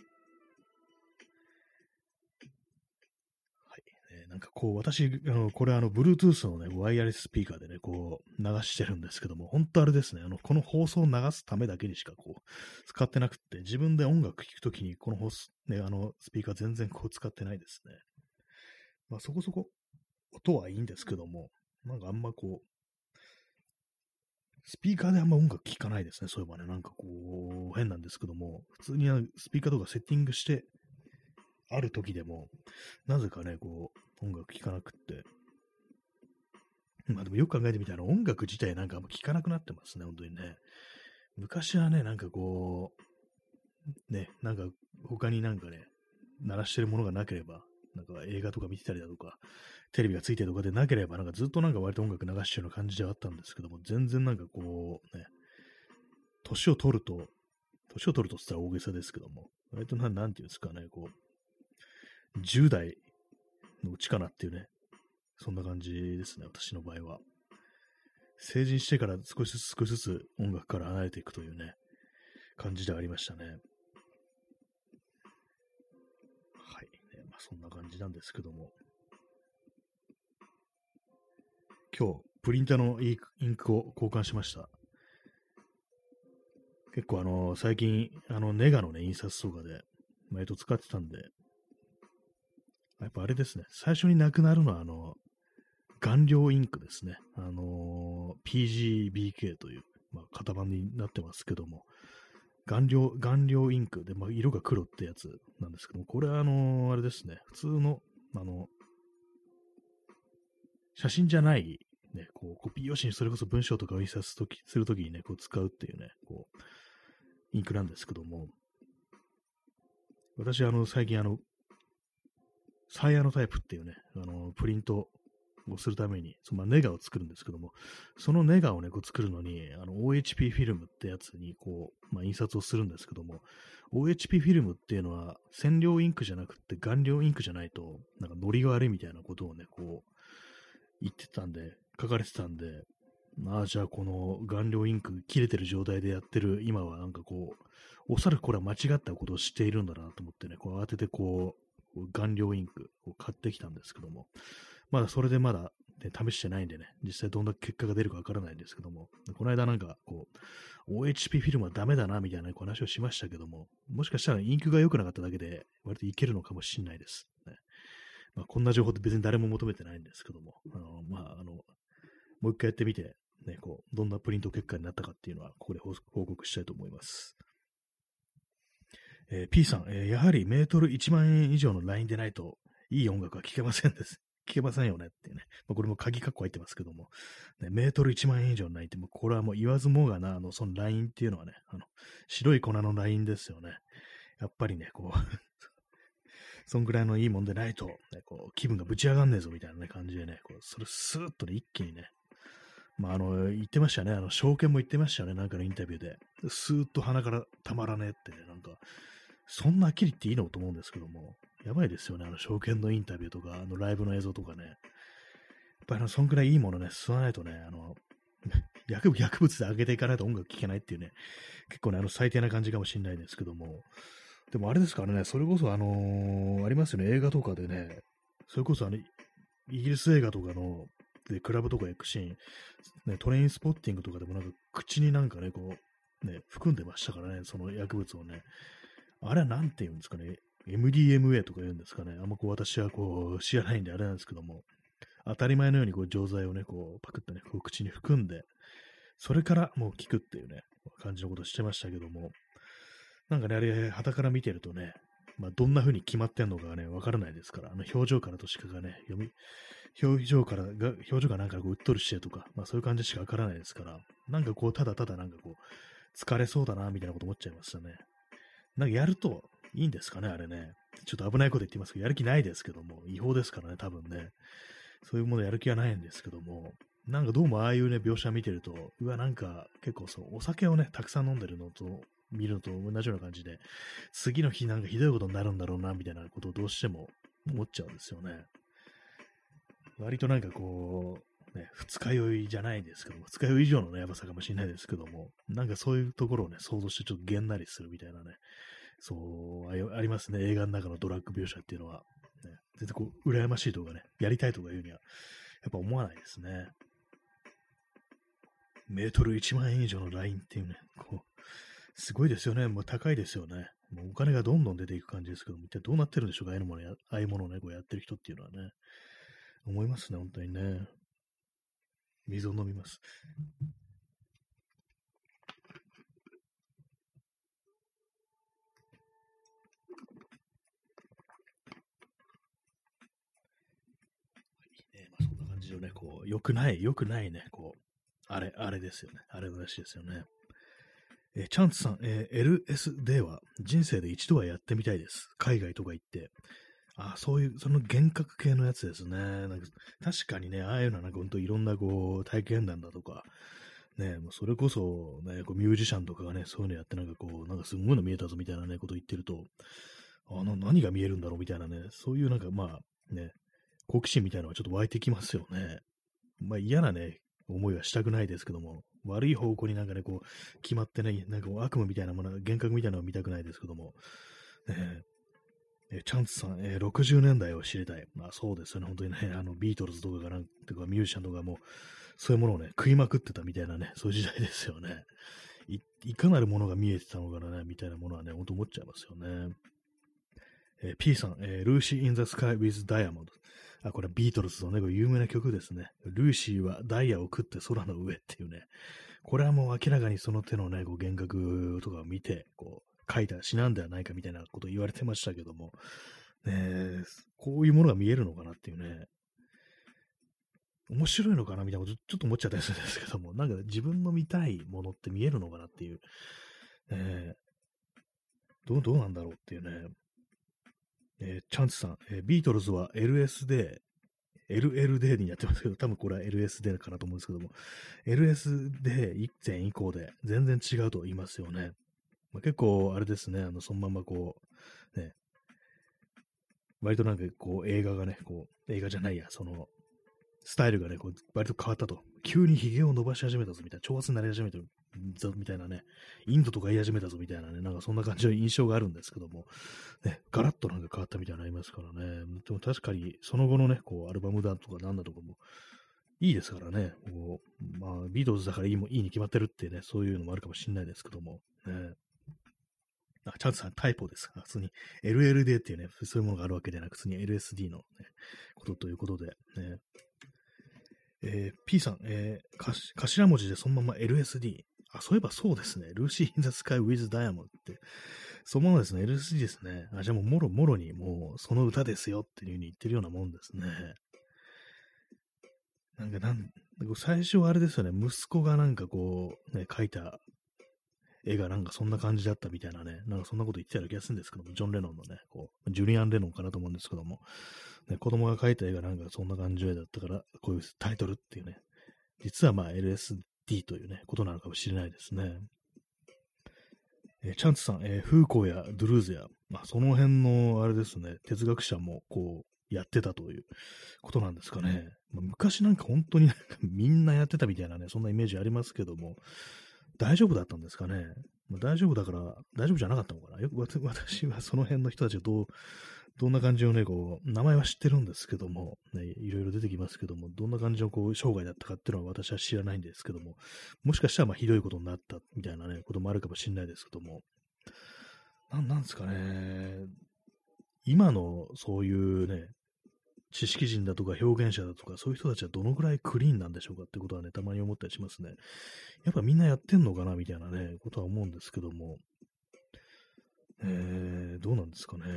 なんかこう、私、あの、これあの、Bluetooth のね、ワイヤレススピーカーでね、こう、流してるんですけども、本当あれですね、あの、この放送を流すためだけにしかこう、使ってなくって、自分で音楽聴くときに、この放送、ね、あの、スピーカー全然こう使ってないですね。まあそこそこ、音はいいんですけども、なんかあんまこう、スピーカーであんま音楽聴かないですね、そういえばね、なんかこう、変なんですけども、普通にスピーカーとかセッティングしてある時でも、なぜかね、こう、音楽聴かなくって、まあでもよく考えてみたら音楽自体なんかあんま聴かなくなってますね、本当にね。昔はね、なんかこう、ね、なんか他になんかね、鳴らしてるものがなければ、なんか映画とか見てたりだとか、テレビがついてるとかでなければ、なんかずっとなんか割と音楽流してるような感じではあったんですけども、全然なんかこう、ね、年を取ると、年を取るとって言ったら大げさですけども、割とな、なんていうんですかね、こう、じゅう代のうちかなっていうね、そんな感じですね、私の場合は。成人してから少しずつ少しずつ音楽から離れていくというね、感じでありましたね。はい。ね、まあ、そんな感じなんですけども。今日、プリンターのインクを交換しました。結構あの、最近、あの、ネガのね、印刷とかで、毎度使ってたんで、やっぱあれですね、最初になくなるのは、あの、顔料インクですね。あのー、ピージービーケー という、まあ、型番になってますけども、顔料、顔料インクで、まあ、色が黒ってやつなんですけども、これはあのー、あれですね、普通の、あの、写真じゃない、ね、こう、コピー用紙にそれこそ文章とかを印刷ときするときにね、こう使うっていうね、こう、インクなんですけども、私、あの、最近あの、サイヤのタイプっていうね、あの、プリントをするために、そのまあネガを作るんですけども、そのネガをね、こう作るのに、あの、オーエイチピー フィルムってやつに、こう、まあ、印刷をするんですけども、オーエイチピー フィルムっていうのは、染料インクじゃなくて、顔料インクじゃないと、なんかノリが悪いみたいなことをね、こう、言ってたんで、書かれてたんで、まあ、じゃあこの顔料インク切れてる状態でやってる今はなんかこう、おそらくこれは間違ったことをしているんだなと思ってね、こう慌ててこう、顔料インクを買ってきたんですけども、まだそれでまだ、ね、試してないんでね、実際どんな結果が出るかわからないんですけども、この間なんかこう、オーエイチピー フィルムはダメだなみたいな話をしましたけども、もしかしたらインクが良くなかっただけで割といけるのかもしれないです。ね、まあ、こんな情報って別に誰も求めてないんですけども、あのまあ、あの、 もう一回やってみて、ね、こう、どんなプリント結果になったかっていうのは、ここで報告したいと思います。えー、P さん、えー、やはりメートルいちまん円以上のラインでないと、いい音楽は聴けませんです。聴けませんよねっていうね。まあ、これも鍵括弧入ってますけども、ね、メートルいちまん円以上のラインって、もうこれはもう言わずもがな、あの、そのラインっていうのはね、あの、白い粉のラインですよね。やっぱりね、こうそんぐらいのいいもんでないと、ね、こう気分がぶち上がんねえぞみたいな、ね、感じでね、こうそれスーッとね、一気にね、まあ、あの、言ってましたね、あの、証券も言ってましたよね、なんかのインタビューで。スーッと鼻からたまらねえってね、なんか、そんなはっきり言っていいのと思うんですけども、やばいですよね、あの、証券のインタビューとか、あの、ライブの映像とかね。やっぱりあの、そんくらいいいものね、吸わないとね、あの、薬物、薬物で上げていかないと音楽聴けないっていうね、結構ね、あの、最低な感じかもしれないですけども、でもあれですからね、それこそあのーありますよね、映画とかでね、それこそあの、イギリス映画とかの、で、クラブとか行くシーン、ね、トレインスポッティングとかでもなんか口になんかね、こう、ね、含んでましたからね、その薬物をね。あれはなんて言うんですかね、エムディーエムエー とか言うんですかね、あんまこう私はこう知らないんであれなんですけども、当たり前のようにこう錠剤をね、こうパクッとね、こう口に含んで、それからもう効くっていうね、感じのことをしてましたけども、なんかね、あれ、傍から見てるとね、まあ、どんな風に決まってんのかがね、わからないですから、あの表情からとしかがね、読み、表情からが、表情がなんかこう、うっとりしてとか、まあそういう感じしかわからないですから、なんかこう、ただただなんかこう、疲れそうだな、みたいなこと思っちゃいましたね。なんかやるといいんですかね、あれね。ちょっと危ないこと言ってますけど、やる気ないですけども、違法ですからね、多分ね。そういうものやる気はないんですけども、なんかどうもああいうね、描写見てると、うわ、なんか結構そう、お酒をね、たくさん飲んでるのと、見るのと同じような感じで、次の日なんかひどいことになるんだろうな、みたいなことをどうしても思っちゃうんですよね。割となんかこう、ね、二日酔いじゃないですけども、二日酔い以上のね、やばさかもしれないですけども、なんかそういうところをね、想像してちょっとげんなりするみたいなね、そうあ、ありますね、映画の中のドラッグ描写っていうのは。ね、全然こう、羨ましいとかね、やりたいとかいうには、やっぱ思わないですね。メートルいちまん円以上のラインっていうね、こう、すごいですよね。もう高いですよね。もうお金がどんどん出ていく感じですけども、一体どうなってるんでしょうか、ああいうものや、ああいうものをね、こうやってる人っていうのはね。思いますね、本当にね。水を飲みます。ね、まあ、そんな感じでね、こう、良くない、良くないね、こう、あれ、あれですよね。あれのらしいですよね。えーチャンツさん、えー エルエスディー は人生で一度はやってみたいです。海外とか行って。あ、そういう、その幻覚系のやつですね。なんか確かにね、ああいうのはなんか本当いろんなこう、体験談だとか、ね、もうそれこそね、こうミュージシャンとかがね、そういうのやってなんかこう、なんかすごいの見えたぞみたいなね、こと言ってると、あな、何が見えるんだろうみたいなね、そういうなんかまあ、ね、好奇心みたいなのはちょっと湧いてきますよね。まあ嫌なね、思いはしたくないですけども、悪い方向になんかね、こう、決まってね、なんかこう悪夢みたいなもの、幻覚みたいなのを見たくないですけども、ねえーチャンツさん、えーろくじゅうねんだいを知りたい。まあそうですよね、本当にね、あのビートルズとかがなんとかミュージシャンとかも、そういうものをね、食いまくってたみたいなね、そういう時代ですよね。いいかなるものが見えてたのかな、ね、みたいなものはね、本当思っちゃいますよね。えー P さん、えー、ルーシー・イン・ザ・スカイ・ウィズ・ダイヤモンド。あ、これはビートルズのね、これ有名な曲ですね。ルーシーはダイヤを食って空の上っていうね。これはもう明らかにその手のね、こう幻覚とかを見て、こう、書いた詩なんではないかみたいなことを言われてましたけども、ね、こういうものが見えるのかなっていうね、面白いのかなみたいなことちょっと思っちゃったりするんですけども、なんか自分の見たいものって見えるのかなっていう、ね、どう、どうなんだろうっていうね、えーチャンツさん、えービートルズは エルエスディー、エルエルディー にやってますけど、多分これは エルエスディー かなと思うんですけども、エルエスディー 以前以降で全然違うと言いますよね。まあ、結構あれですね、あの、そのままこう、ね、割となんかこう映画がね、こう、映画じゃないや、その、スタイルがね、こう、割と変わったと。急に髭を伸ばし始めたぞ、みたいな、挑発になり始めたぞ、みたいなね、インドとか言い始めたぞ、みたいなね、なんかそんな感じの印象があるんですけども、ね、ガラッとなんか変わったみたいなのありますからね。でも確かに、その後のね、こう、アルバムだとかなんだとかも、いいですからね、こう、まあ、ビートルズだからいいもいいに決まってるってね、そういうのもあるかもしれないですけども、ね。あ、チャンツさん、タイプです。普通に エルエルディー っていうね、そういうものがあるわけではなく、普通に エルエスディー の、ね、ことということで、ね。 えー、P さん、えーかし、頭文字でそのまま エルエスディー。あ、そういえばそうですね。ルーシー・イン・ザ・スカイ・ウィズ・ダイヤモンドって、そのままですね。エルエスディー ですね。あ、じゃあもう、もろもろに、もう、その歌ですよっていう風に言ってるようなもんですね。なんか、なん、最初はあれですよね。息子がなんかこう、ね、描いた絵がなんかそんな感じだったみたいなね。なんかそんなこと言ってたような気がするんですけども、ジョン・レノンのね、こう、ジュリアン・レノンかなと思うんですけども、ね、子供が描いた絵がなんかそんな感じの絵だったから、こういうタイトルっていうね、実はまあ エルエスディー というね、ことなのかもしれないですね。えーチャンツさん、えーフーコーやドゥルーズや、まあ、その辺のあれですね、哲学者もこう、やってたということなんですかね。まあ、昔なんか本当になんかみんなやってたみたいなね、そんなイメージありますけども、大丈夫だったんですかね。まあ、大丈夫だから、大丈夫じゃなかったのかな。よくわた私はその辺の人たちがどうどんな感じのね、こう、名前は知ってるんですけども、ね、いろいろ出てきますけども、どんな感じのこう、生涯だったかっていうのは私は知らないんですけども、もしかしたらまあひどいことになったみたいなね、こともあるかもしれないですけども、なん、なんですかね、今のそういうね、知識人だとか表現者だとか、そういう人たちはどのぐらいクリーンなんでしょうかってことはね、たまに思ったりしますね。やっぱみんなやってんのかなみたいなね、ことは思うんですけども、えー、どうなんですかね。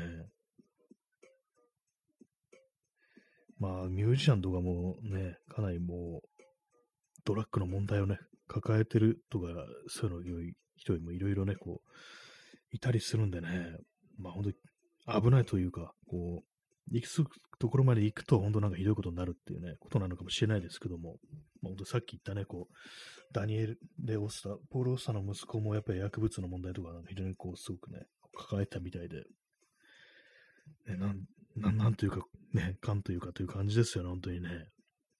まあ、ミュージシャンとかもね、かなりもう、ドラッグの問題をね、抱えてるとか、そういうの人もいろいろね、こう、いたりするんでね、まあ本当に危ないというか、こう、行き着くところまで行くと、本当なんかひどいことになるっていうね、ことなのかもしれないですけども、まあ、本当さっき言ったね、こう、ダニエル・レ・オスタ、ポール・オスタの息子もやっぱり薬物の問題とか、非常にこう、すごくね、抱えてたみたいで、ね、なん、なん、なんというか、ね、かんというかという感じですよね、本当にね。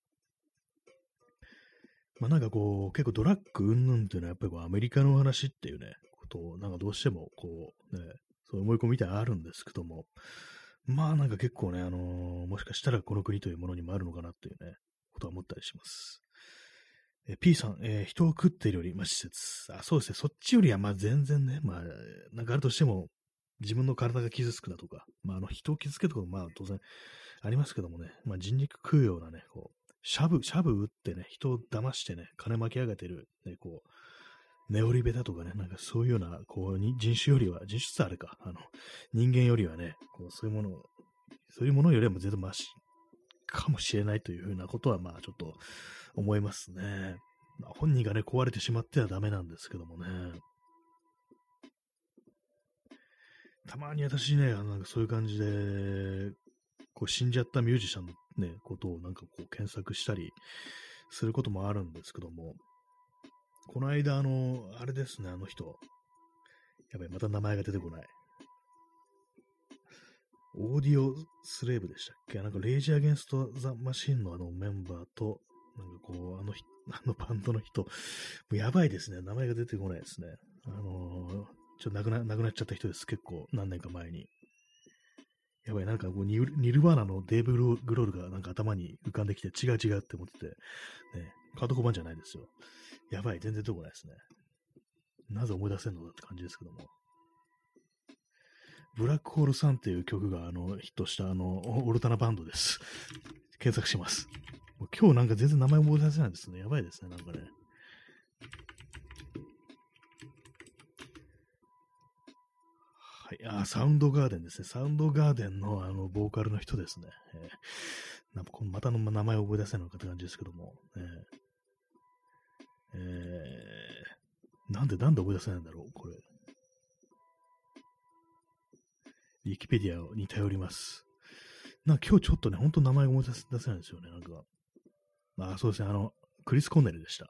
まあなんかこう、結構ドラッグ云々っていうのはやっぱりこうアメリカの話っていうね、ことをなんかどうしてもこうね、そういう思い込みみたいなのあるんですけども、まあなんか結構ね、あのーもしかしたらこの国というものにもあるのかなっていうね、ことは思ったりします。え P さん、えー人を食っているより、まあ、施設。あ、そうですね。そっちよりは、まあ、全然ね、まあ、なんかあるとしても、自分の体が傷つくだとか、まあ、あの、人を傷つけるとかも、まあ、当然ありますけどもね、まあ、人肉食うようなね、こう、シャブ、シャブ打ってね、人を騙してね、金巻き上げてる、ね、こう、ネオリベだとかね、なんかそういうような、こう、に人種よりは、人種ってあれか、あの、人間よりはね、こう、そういうものを、そういうものよりはも全然マシかもしれないというふうなことは、まあ、ちょっと思いますね。まあ、本人がね、壊れてしまってはダメなんですけどもね。たまに私ね、あのなんかそういう感じで、こう死んじゃったミュージシャンのね、ことをなんかこう検索したりすることもあるんですけども、この間、あの、あれですね、あの人。やばい、また名前が出てこない。オーディオスレーブでしたっけなんか、レイジー・アゲンスト・ザ・マシンのあのメンバーと、なんかこう、あの人、あのバンドの人、もうやばいですね。名前が出てこないですね。あのー、ちょっと亡くな、亡くなっちゃった人です。結構、何年か前に。やばい、なんかこうニル、ニルバーナのデーブ・グログロールがなんか頭に浮かんできて、違う違うって思ってて、ね、カードコバンじゃないですよ。やばい、全然出てこないですね。なぜ思い出せんのだって感じですけども。ブラックホールさんっていう曲があのヒットしたあのオルタナバンドです。検索します。もう今日なんか全然名前思い出せないですね。やばいですね、なんかね。はい、あ、サウンドガーデンですね。サウンドガーデンのあのボーカルの人ですね。えー、なんかこのまたの名前を覚え出せないのかって感じですけども。えーえー、なんで、なんで覚え出せないんだろう、これ。ウィキペディアに頼ります。なんか今日ちょっとね、ほんと名前が思い出せないんですよね、なんか。あ、そうですね、あの、クリス・コネルでした。ね、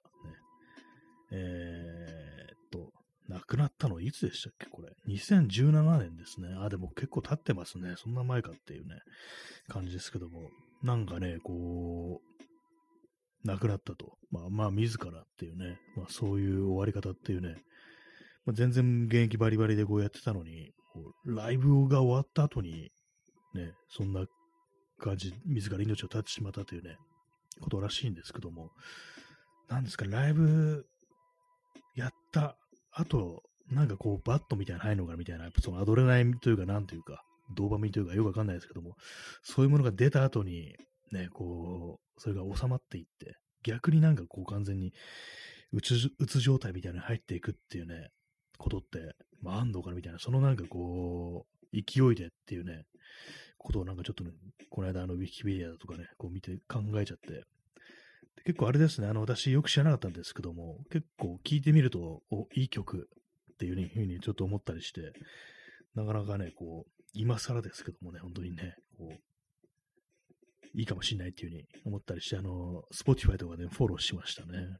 えー、っと、亡くなったのいつでしたっけ、これ。にせんじゅうななねんですね。あ、でも結構経ってますね。そんな前かっていうね、感じですけども。なんかね、こう、亡くなったと。まあまあ、自らっていうね、まあそういう終わり方っていうね、まあ、全然現役バリバリでこうやってたのに、こうライブが終わった後に、ね、そんな感じ、自ら命を絶ってしまったというね、ことらしいんですけども、なんですか、ライブやった後、なんかこう、バットみたいなの入るのかなみたいな、やっぱそのアドレナリンというか、なんというか、ドーパミンというか、よくわかんないですけども、そういうものが出た後に、ね、こう、それが収まっていって、 逆になんかこう完全にうつ、うつ状態みたいなのに入っていくっていうね、ことって、まあ安藤かなみたいな、そのなんかこう、勢いでっていうね、ことをなんかちょっとね、この間あのウィキペディアとかね、こう見て考えちゃって、結構あれですね、あの私よく知らなかったんですけども、結構聴いてみると、お、いい曲っていうふうにちょっと思ったりして、なかなかね、こう、今更ですけどもね、本当にね、こう、いいかもしれないっていうふうに思ったりして、あの、Spotify とかでフォローしましたね。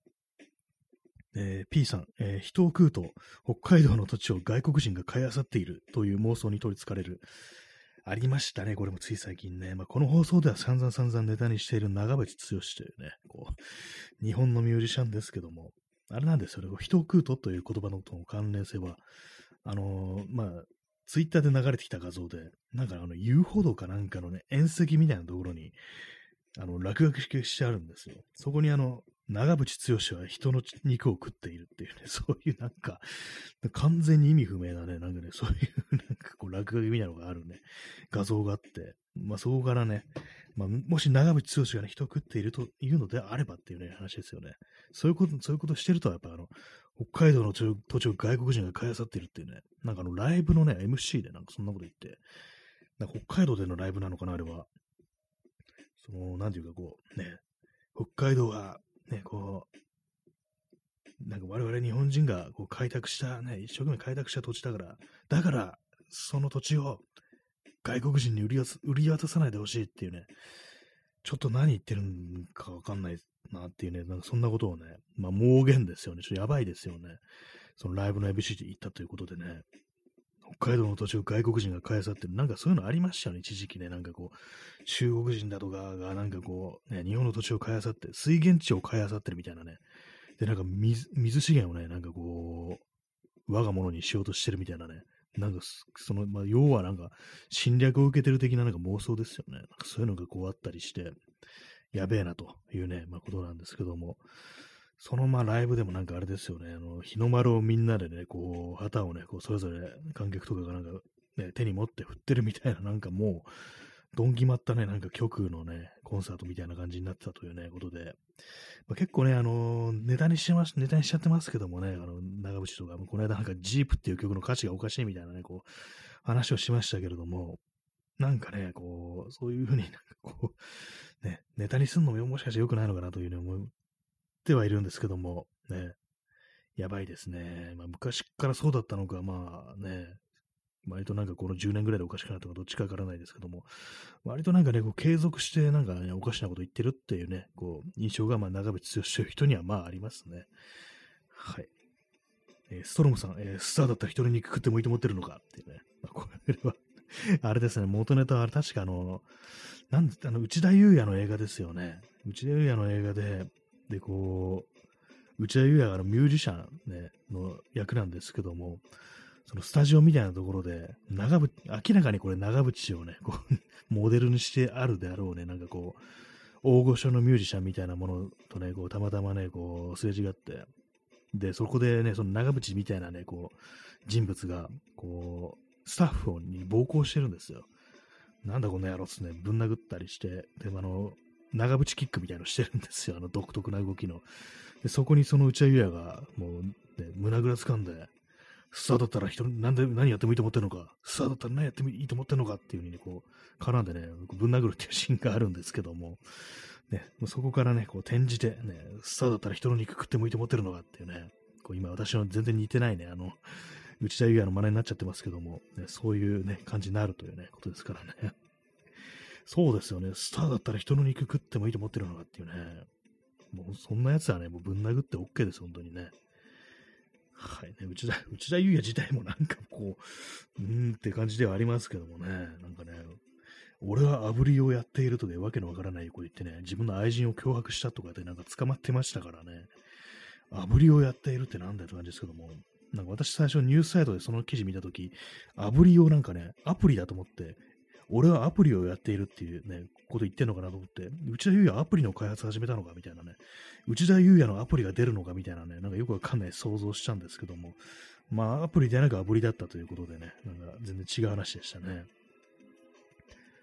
えー、P さん、えー人を食うと北海道の土地を外国人が買い漁っているという妄想に取り憑かれる。ありましたね、これもつい最近ね。まあ、この放送では散々散々ネタにしている長渕剛というね、こう、日本のミュージシャンですけども、あれなんですよね、人を食うとという言葉のとの関連性は、あのーまあ、ツイッターで流れてきた画像で、なんかあの遊歩道かなんかのね、縁石みたいなところに、あの、落書きしてあるんですよ。そこにあの、長渕剛は人の肉を食っているっていうね、そういうなんか、完全に意味不明なね、なんかね、そういうなんかこう落書きみたいなのがあるね、画像があって、まあそこからね、まあもし長渕剛がね、人を食っているというのであればっていうね、話ですよね。そういうこと、そういうことしてると、やっぱあの、北海道の土地を外国人が買い漁っているっていうね、なんかあの、ライブのね、エムシー でなんかそんなこと言って、なんか北海道でのライブなのかな、あれは。その、なんていうかこう、ね、北海道が、ね、こう、なんか我々日本人がこう開拓したね、一生懸命開拓した土地だから、だから、その土地を外国人に売り売り渡さないでほしいっていうね、ちょっと何言ってるんかわかんないなっていうね、なんかそんなことをね、まあ妄言ですよね。ちょっとやばいですよね。そのライブの エムシー で言ったということでね、北海道の土地を外国人が買い漁ってる、なんかそういうのありましたよね、一時期ね。なんかこう、中国人だとかが、なんかこう、ね、日本の土地を買い漁って、水源地を買い漁ってるみたいなね。で、なんか水、水資源をね、なんかこう、我が物にしようとしてるみたいなね。なんか、その、まあ、要はなんか、侵略を受けてる的ななんか妄想ですよね。なんかそういうのがこうあったりして、やべえなというね、まあ、ことなんですけども、そのまあライブでもなんかあれですよね、あの、日の丸をみんなでね、こう、旗をね、こう、それぞれ観客とかがなんか、ね、手に持って振ってるみたいな、なんかもう、どん決まったね、なんか曲のね、コンサートみたいな感じになってたというね、ことで、まあ、結構ね、あのーネタにしてます、ネタにしちゃってますけどもね、あの、長渕とか、この間なんかジープっていう曲の歌詞がおかしいみたいなね、こう、話をしましたけれども、なんかね、こう、そういうふうになんかこう、ね、ネタにすんのももしかして良くないのかなというふうに思ってはいるんですけども、ね、やばいですね。まあ、昔からそうだったのか、まあね、割となんかこのじゅうねんぐらいでおかしくなったのかどっちかわからないですけども、割となんかね、こう継続してなんかね、おかしなこと言ってるっていうね、こう、印象がまあ長渕剛という人にはまあありますね。はい。えーストロムさん、えースターだったら人に肉食ってもいいと思ってるのかっていうね。まあ、これはあれですね、元ネタは確かあの、なんあの、内田裕也の映画ですよね。内田裕也の映画で、で、こう、内田裕也があのミュージシャン、ね、の役なんですけども、そのスタジオみたいなところで、長渕、明らかにこれ長渕をね、こうモデルにしてあるであろうね、なんかこう、大御所のミュージシャンみたいなものとね、こう、たまたまね、こう、すれ違って、で、そこでね、その長渕みたいなね、こう、人物が、こう、スタッフに暴行してるんですよ。なんだこの野郎っすね、ぶん殴ったりして、で、あの、長渕キックみたいのしてるんですよ、あの独特な動きの。でそこにその内田裕也が、もう、ね、胸ぐら掴んで、スターだったら人、なんで何やってもいいと思ってるのか、スターだったら何やってもいいと思ってるのかっていう風にこう、絡んでね、ぶん殴るっていうシーンがあるんですけども、ね、もうそこからね、こう転じて、ね、スターだったら人の肉食ってもいいと思ってるのかっていうね、こう今私の全然似てないね、あの、内田裕也の真似になっちゃってますけども、ね、そういうね、感じになるというね、ことですからね。そうですよね、スターだったら人の肉食ってもいいと思ってるのかっていうね、もうそんなやつはね、もうぶん殴って OK です、本当にね。はいね、内田、内田裕也自体もなんかこう、うーんって感じではありますけどもね、なんかね、俺は炙りをやっているとかわけのわからないこと言ってね、自分の愛人を脅迫したとかでなんか捕まってましたからね、炙りをやっているってなんだよって感じですけども、なんか私最初ニュースサイトでその記事見たとき、炙りをなんかね、アプリだと思って、俺はアプリをやっているっていうね、こと言ってんのかなと思って、内田裕也アプリの開発始めたのかみたいなね、内田裕也のアプリが出るのかみたいなね、なんかよくわかんない想像したんですけども、まあアプリではなく炙りだったということでね、なんか全然違う話でしたね。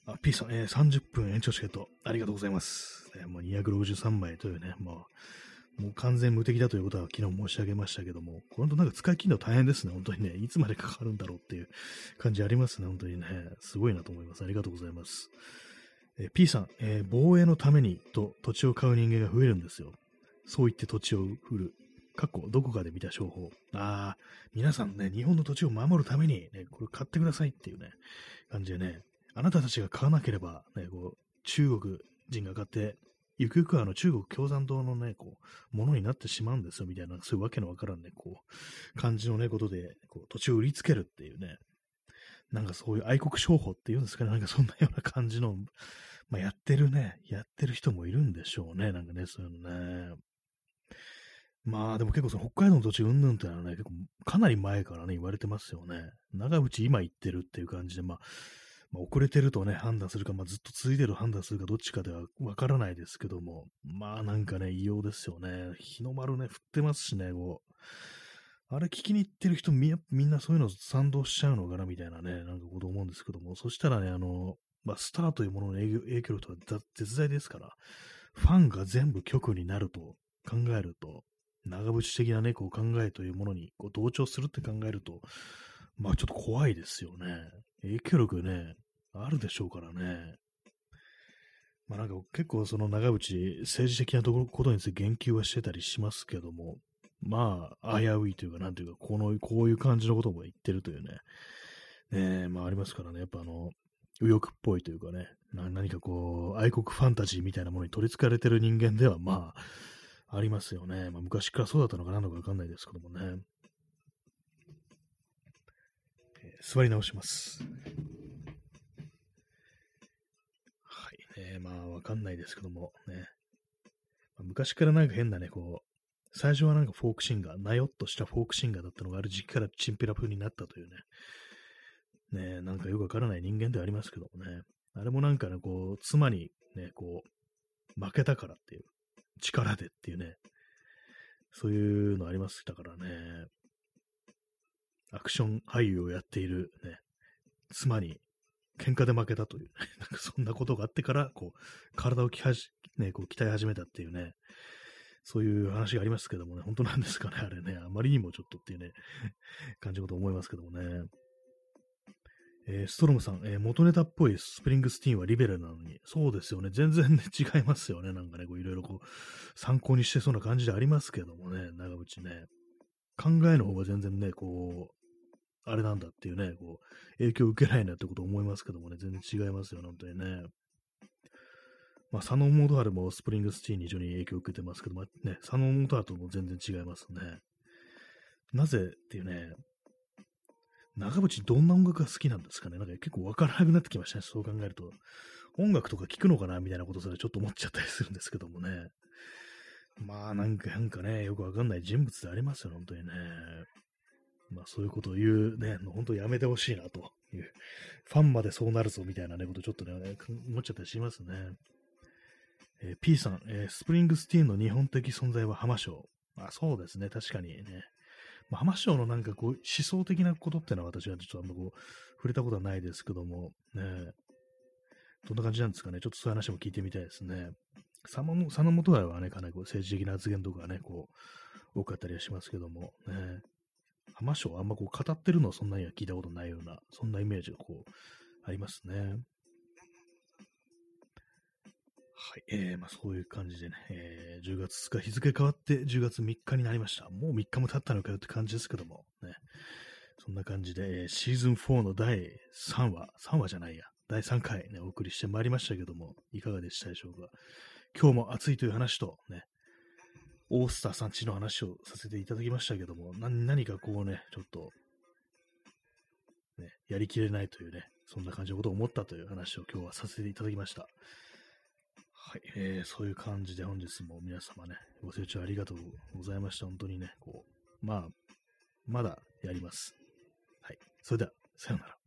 あ、P さん、えー、さんじゅっぷん延長チケット、ありがとうございます。えー、もうにひゃくろくじゅうさんまいというね、まあ、もう完全無敵だということは昨日申し上げましたけども、本当なんか使い切るの大変ですね、本当にね。いつまでかかるんだろうっていう感じありますね、本当にね。すごいなと思います。ありがとうございます。えー、P さん、えー、防衛のためにと土地を買う人間が増えるんですよ。そう言って土地を売る。過去、どこかで見た商法。ああ、皆さんね、日本の土地を守るために、ね、これ買ってくださいっていうね、感じでね、あなたたちが買わなければ、ね、こう、中国人が買って、ゆくゆくはあの中国共産党のね、こう、ものになってしまうんですよ、みたいな、そういうわけのわからんね、こう、感じのね、ことで、こう、土地を売りつけるっていうね、なんかそういう愛国商法っていうんですかね、なんかそんなような感じの、まあ、やってるね、やってる人もいるんでしょうね、なんかね、そういうのね。まあでも結構その北海道の土地うんぬんってのはね、結構かなり前からね、言われてますよね。長渕今言ってるっていう感じで、まあ、まあ、遅れてるとね、判断するか、まあ、ずっと続いてる判断するか、どっちかではわからないですけども、まあなんかね、異様ですよね。日の丸ね、降ってますしね、こう。あれ聞きに行ってる人み、みんなそういうの賛同しちゃうのかなみたいなね、なんかこと思うんですけども、そしたらね、あの、まあ、スターというものの影響影響力とは絶大ですから、ファンが全部極になると考えると、長渕的なね、こう考えというものにこう同調するって考えると、まあちょっと怖いですよね。影響力ね、あるでしょうからね。まあなんか結構その長渕、政治的なところことについて言及はしてたりしますけども、まあ危ういというか、なんていうか、この、こういう感じのことも言ってるというね、ねえ、まあありますからね、やっぱあの、右翼っぽいというかね、な何かこう、愛国ファンタジーみたいなものに取り憑かれてる人間では、まあ、ありますよね。まあ昔からそうだったのか何なのかわかんないですけどもね。えー座り直します。はい。えー、まあ、わかんないですけども、ね。まあ昔からなんか変なね、こう、最初はなんかフォークシンガー、なよっとしたフォークシンガーだったのがある時期からチンピラ風になったというね、ね、なんかよくわからない人間ではありますけどもね。あれもなんかね、こう、妻にね、こう、負けたからっていう、力でっていうね、そういうのありましたからね。アクション俳優をやっているね、妻に喧嘩で負けたという、なんかそんなことがあってから、こう、体をきはじ、ね、こう鍛え始めたっていうね、そういう話がありますけどもね、本当なんですかね、あれね、あまりにもちょっとっていうね、感じのこと思いますけどもね。えー、ストロムさん、えー、元ネタっぽいスプリングスティーンはリベラルなのに、そうですよね、全然ね、違いますよね、なんかね、こういろいろこう、参考にしてそうな感じでありますけどもね、長渕ね。考えの方が全然ね、こう、あれなんだっていうね、こう、影響を受けないなってことを思いますけどもね、全然違いますよね、本当にね。まあ、佐野元春もスプリングスティーンに非常に影響を受けてますけども、ね、佐野元春とも全然違いますね。なぜっていうね、長渕どんな音楽が好きなんですかね。なんか結構わからなくなってきましたね、そう考えると。音楽とか聴くのかなみたいなことすらちょっと思っちゃったりするんですけどもね。まあなんか、なんかね、よくわかんない人物でありますよ、本当にね。まあそういうことを言うね、本当やめてほしいなという。ファンまでそうなるぞみたいなね、ことちょっとね、思っちゃったりしますね。えー、P さん、えー、スプリングスティーンの日本的存在は浜章。まあそうですね、確かにね。まあ、浜章のなんかこう思想的なことってのは私はちょっとあんまこう触れたことはないですけども、ね、どんな感じなんですかね。ちょっとそういう話も聞いてみたいですね。佐野佐野元春はね、かなりこう政治的な発言とかね、こう、多かったりはしますけども、ね、浜章あんまこう語ってるのはそんなには聞いたことないような、そんなイメージがこう、ありますね。はい、えー、まあそういう感じでね、えー、じゅうがつついたち日付変わってじゅうがつみっかになりました。もうみっかも経ったのかよって感じですけども、ね、そんな感じで、えーシーズンフォーのだいさんわ、さんわじゃないや、だいさんかいね、お送りしてまいりましたけども、いかがでしたでしょうか。今日も暑いという話と、ね、オースターさんちの話をさせていただきましたけども、な何かこうね、ちょっと、ね、やりきれないというね、そんな感じのことを思ったという話を今日はさせていただきました。はい、えー、そういう感じで本日も皆様ね、ご清聴ありがとうございました。本当にね、こう、まあ、まだやります。はい。それでは、さようなら。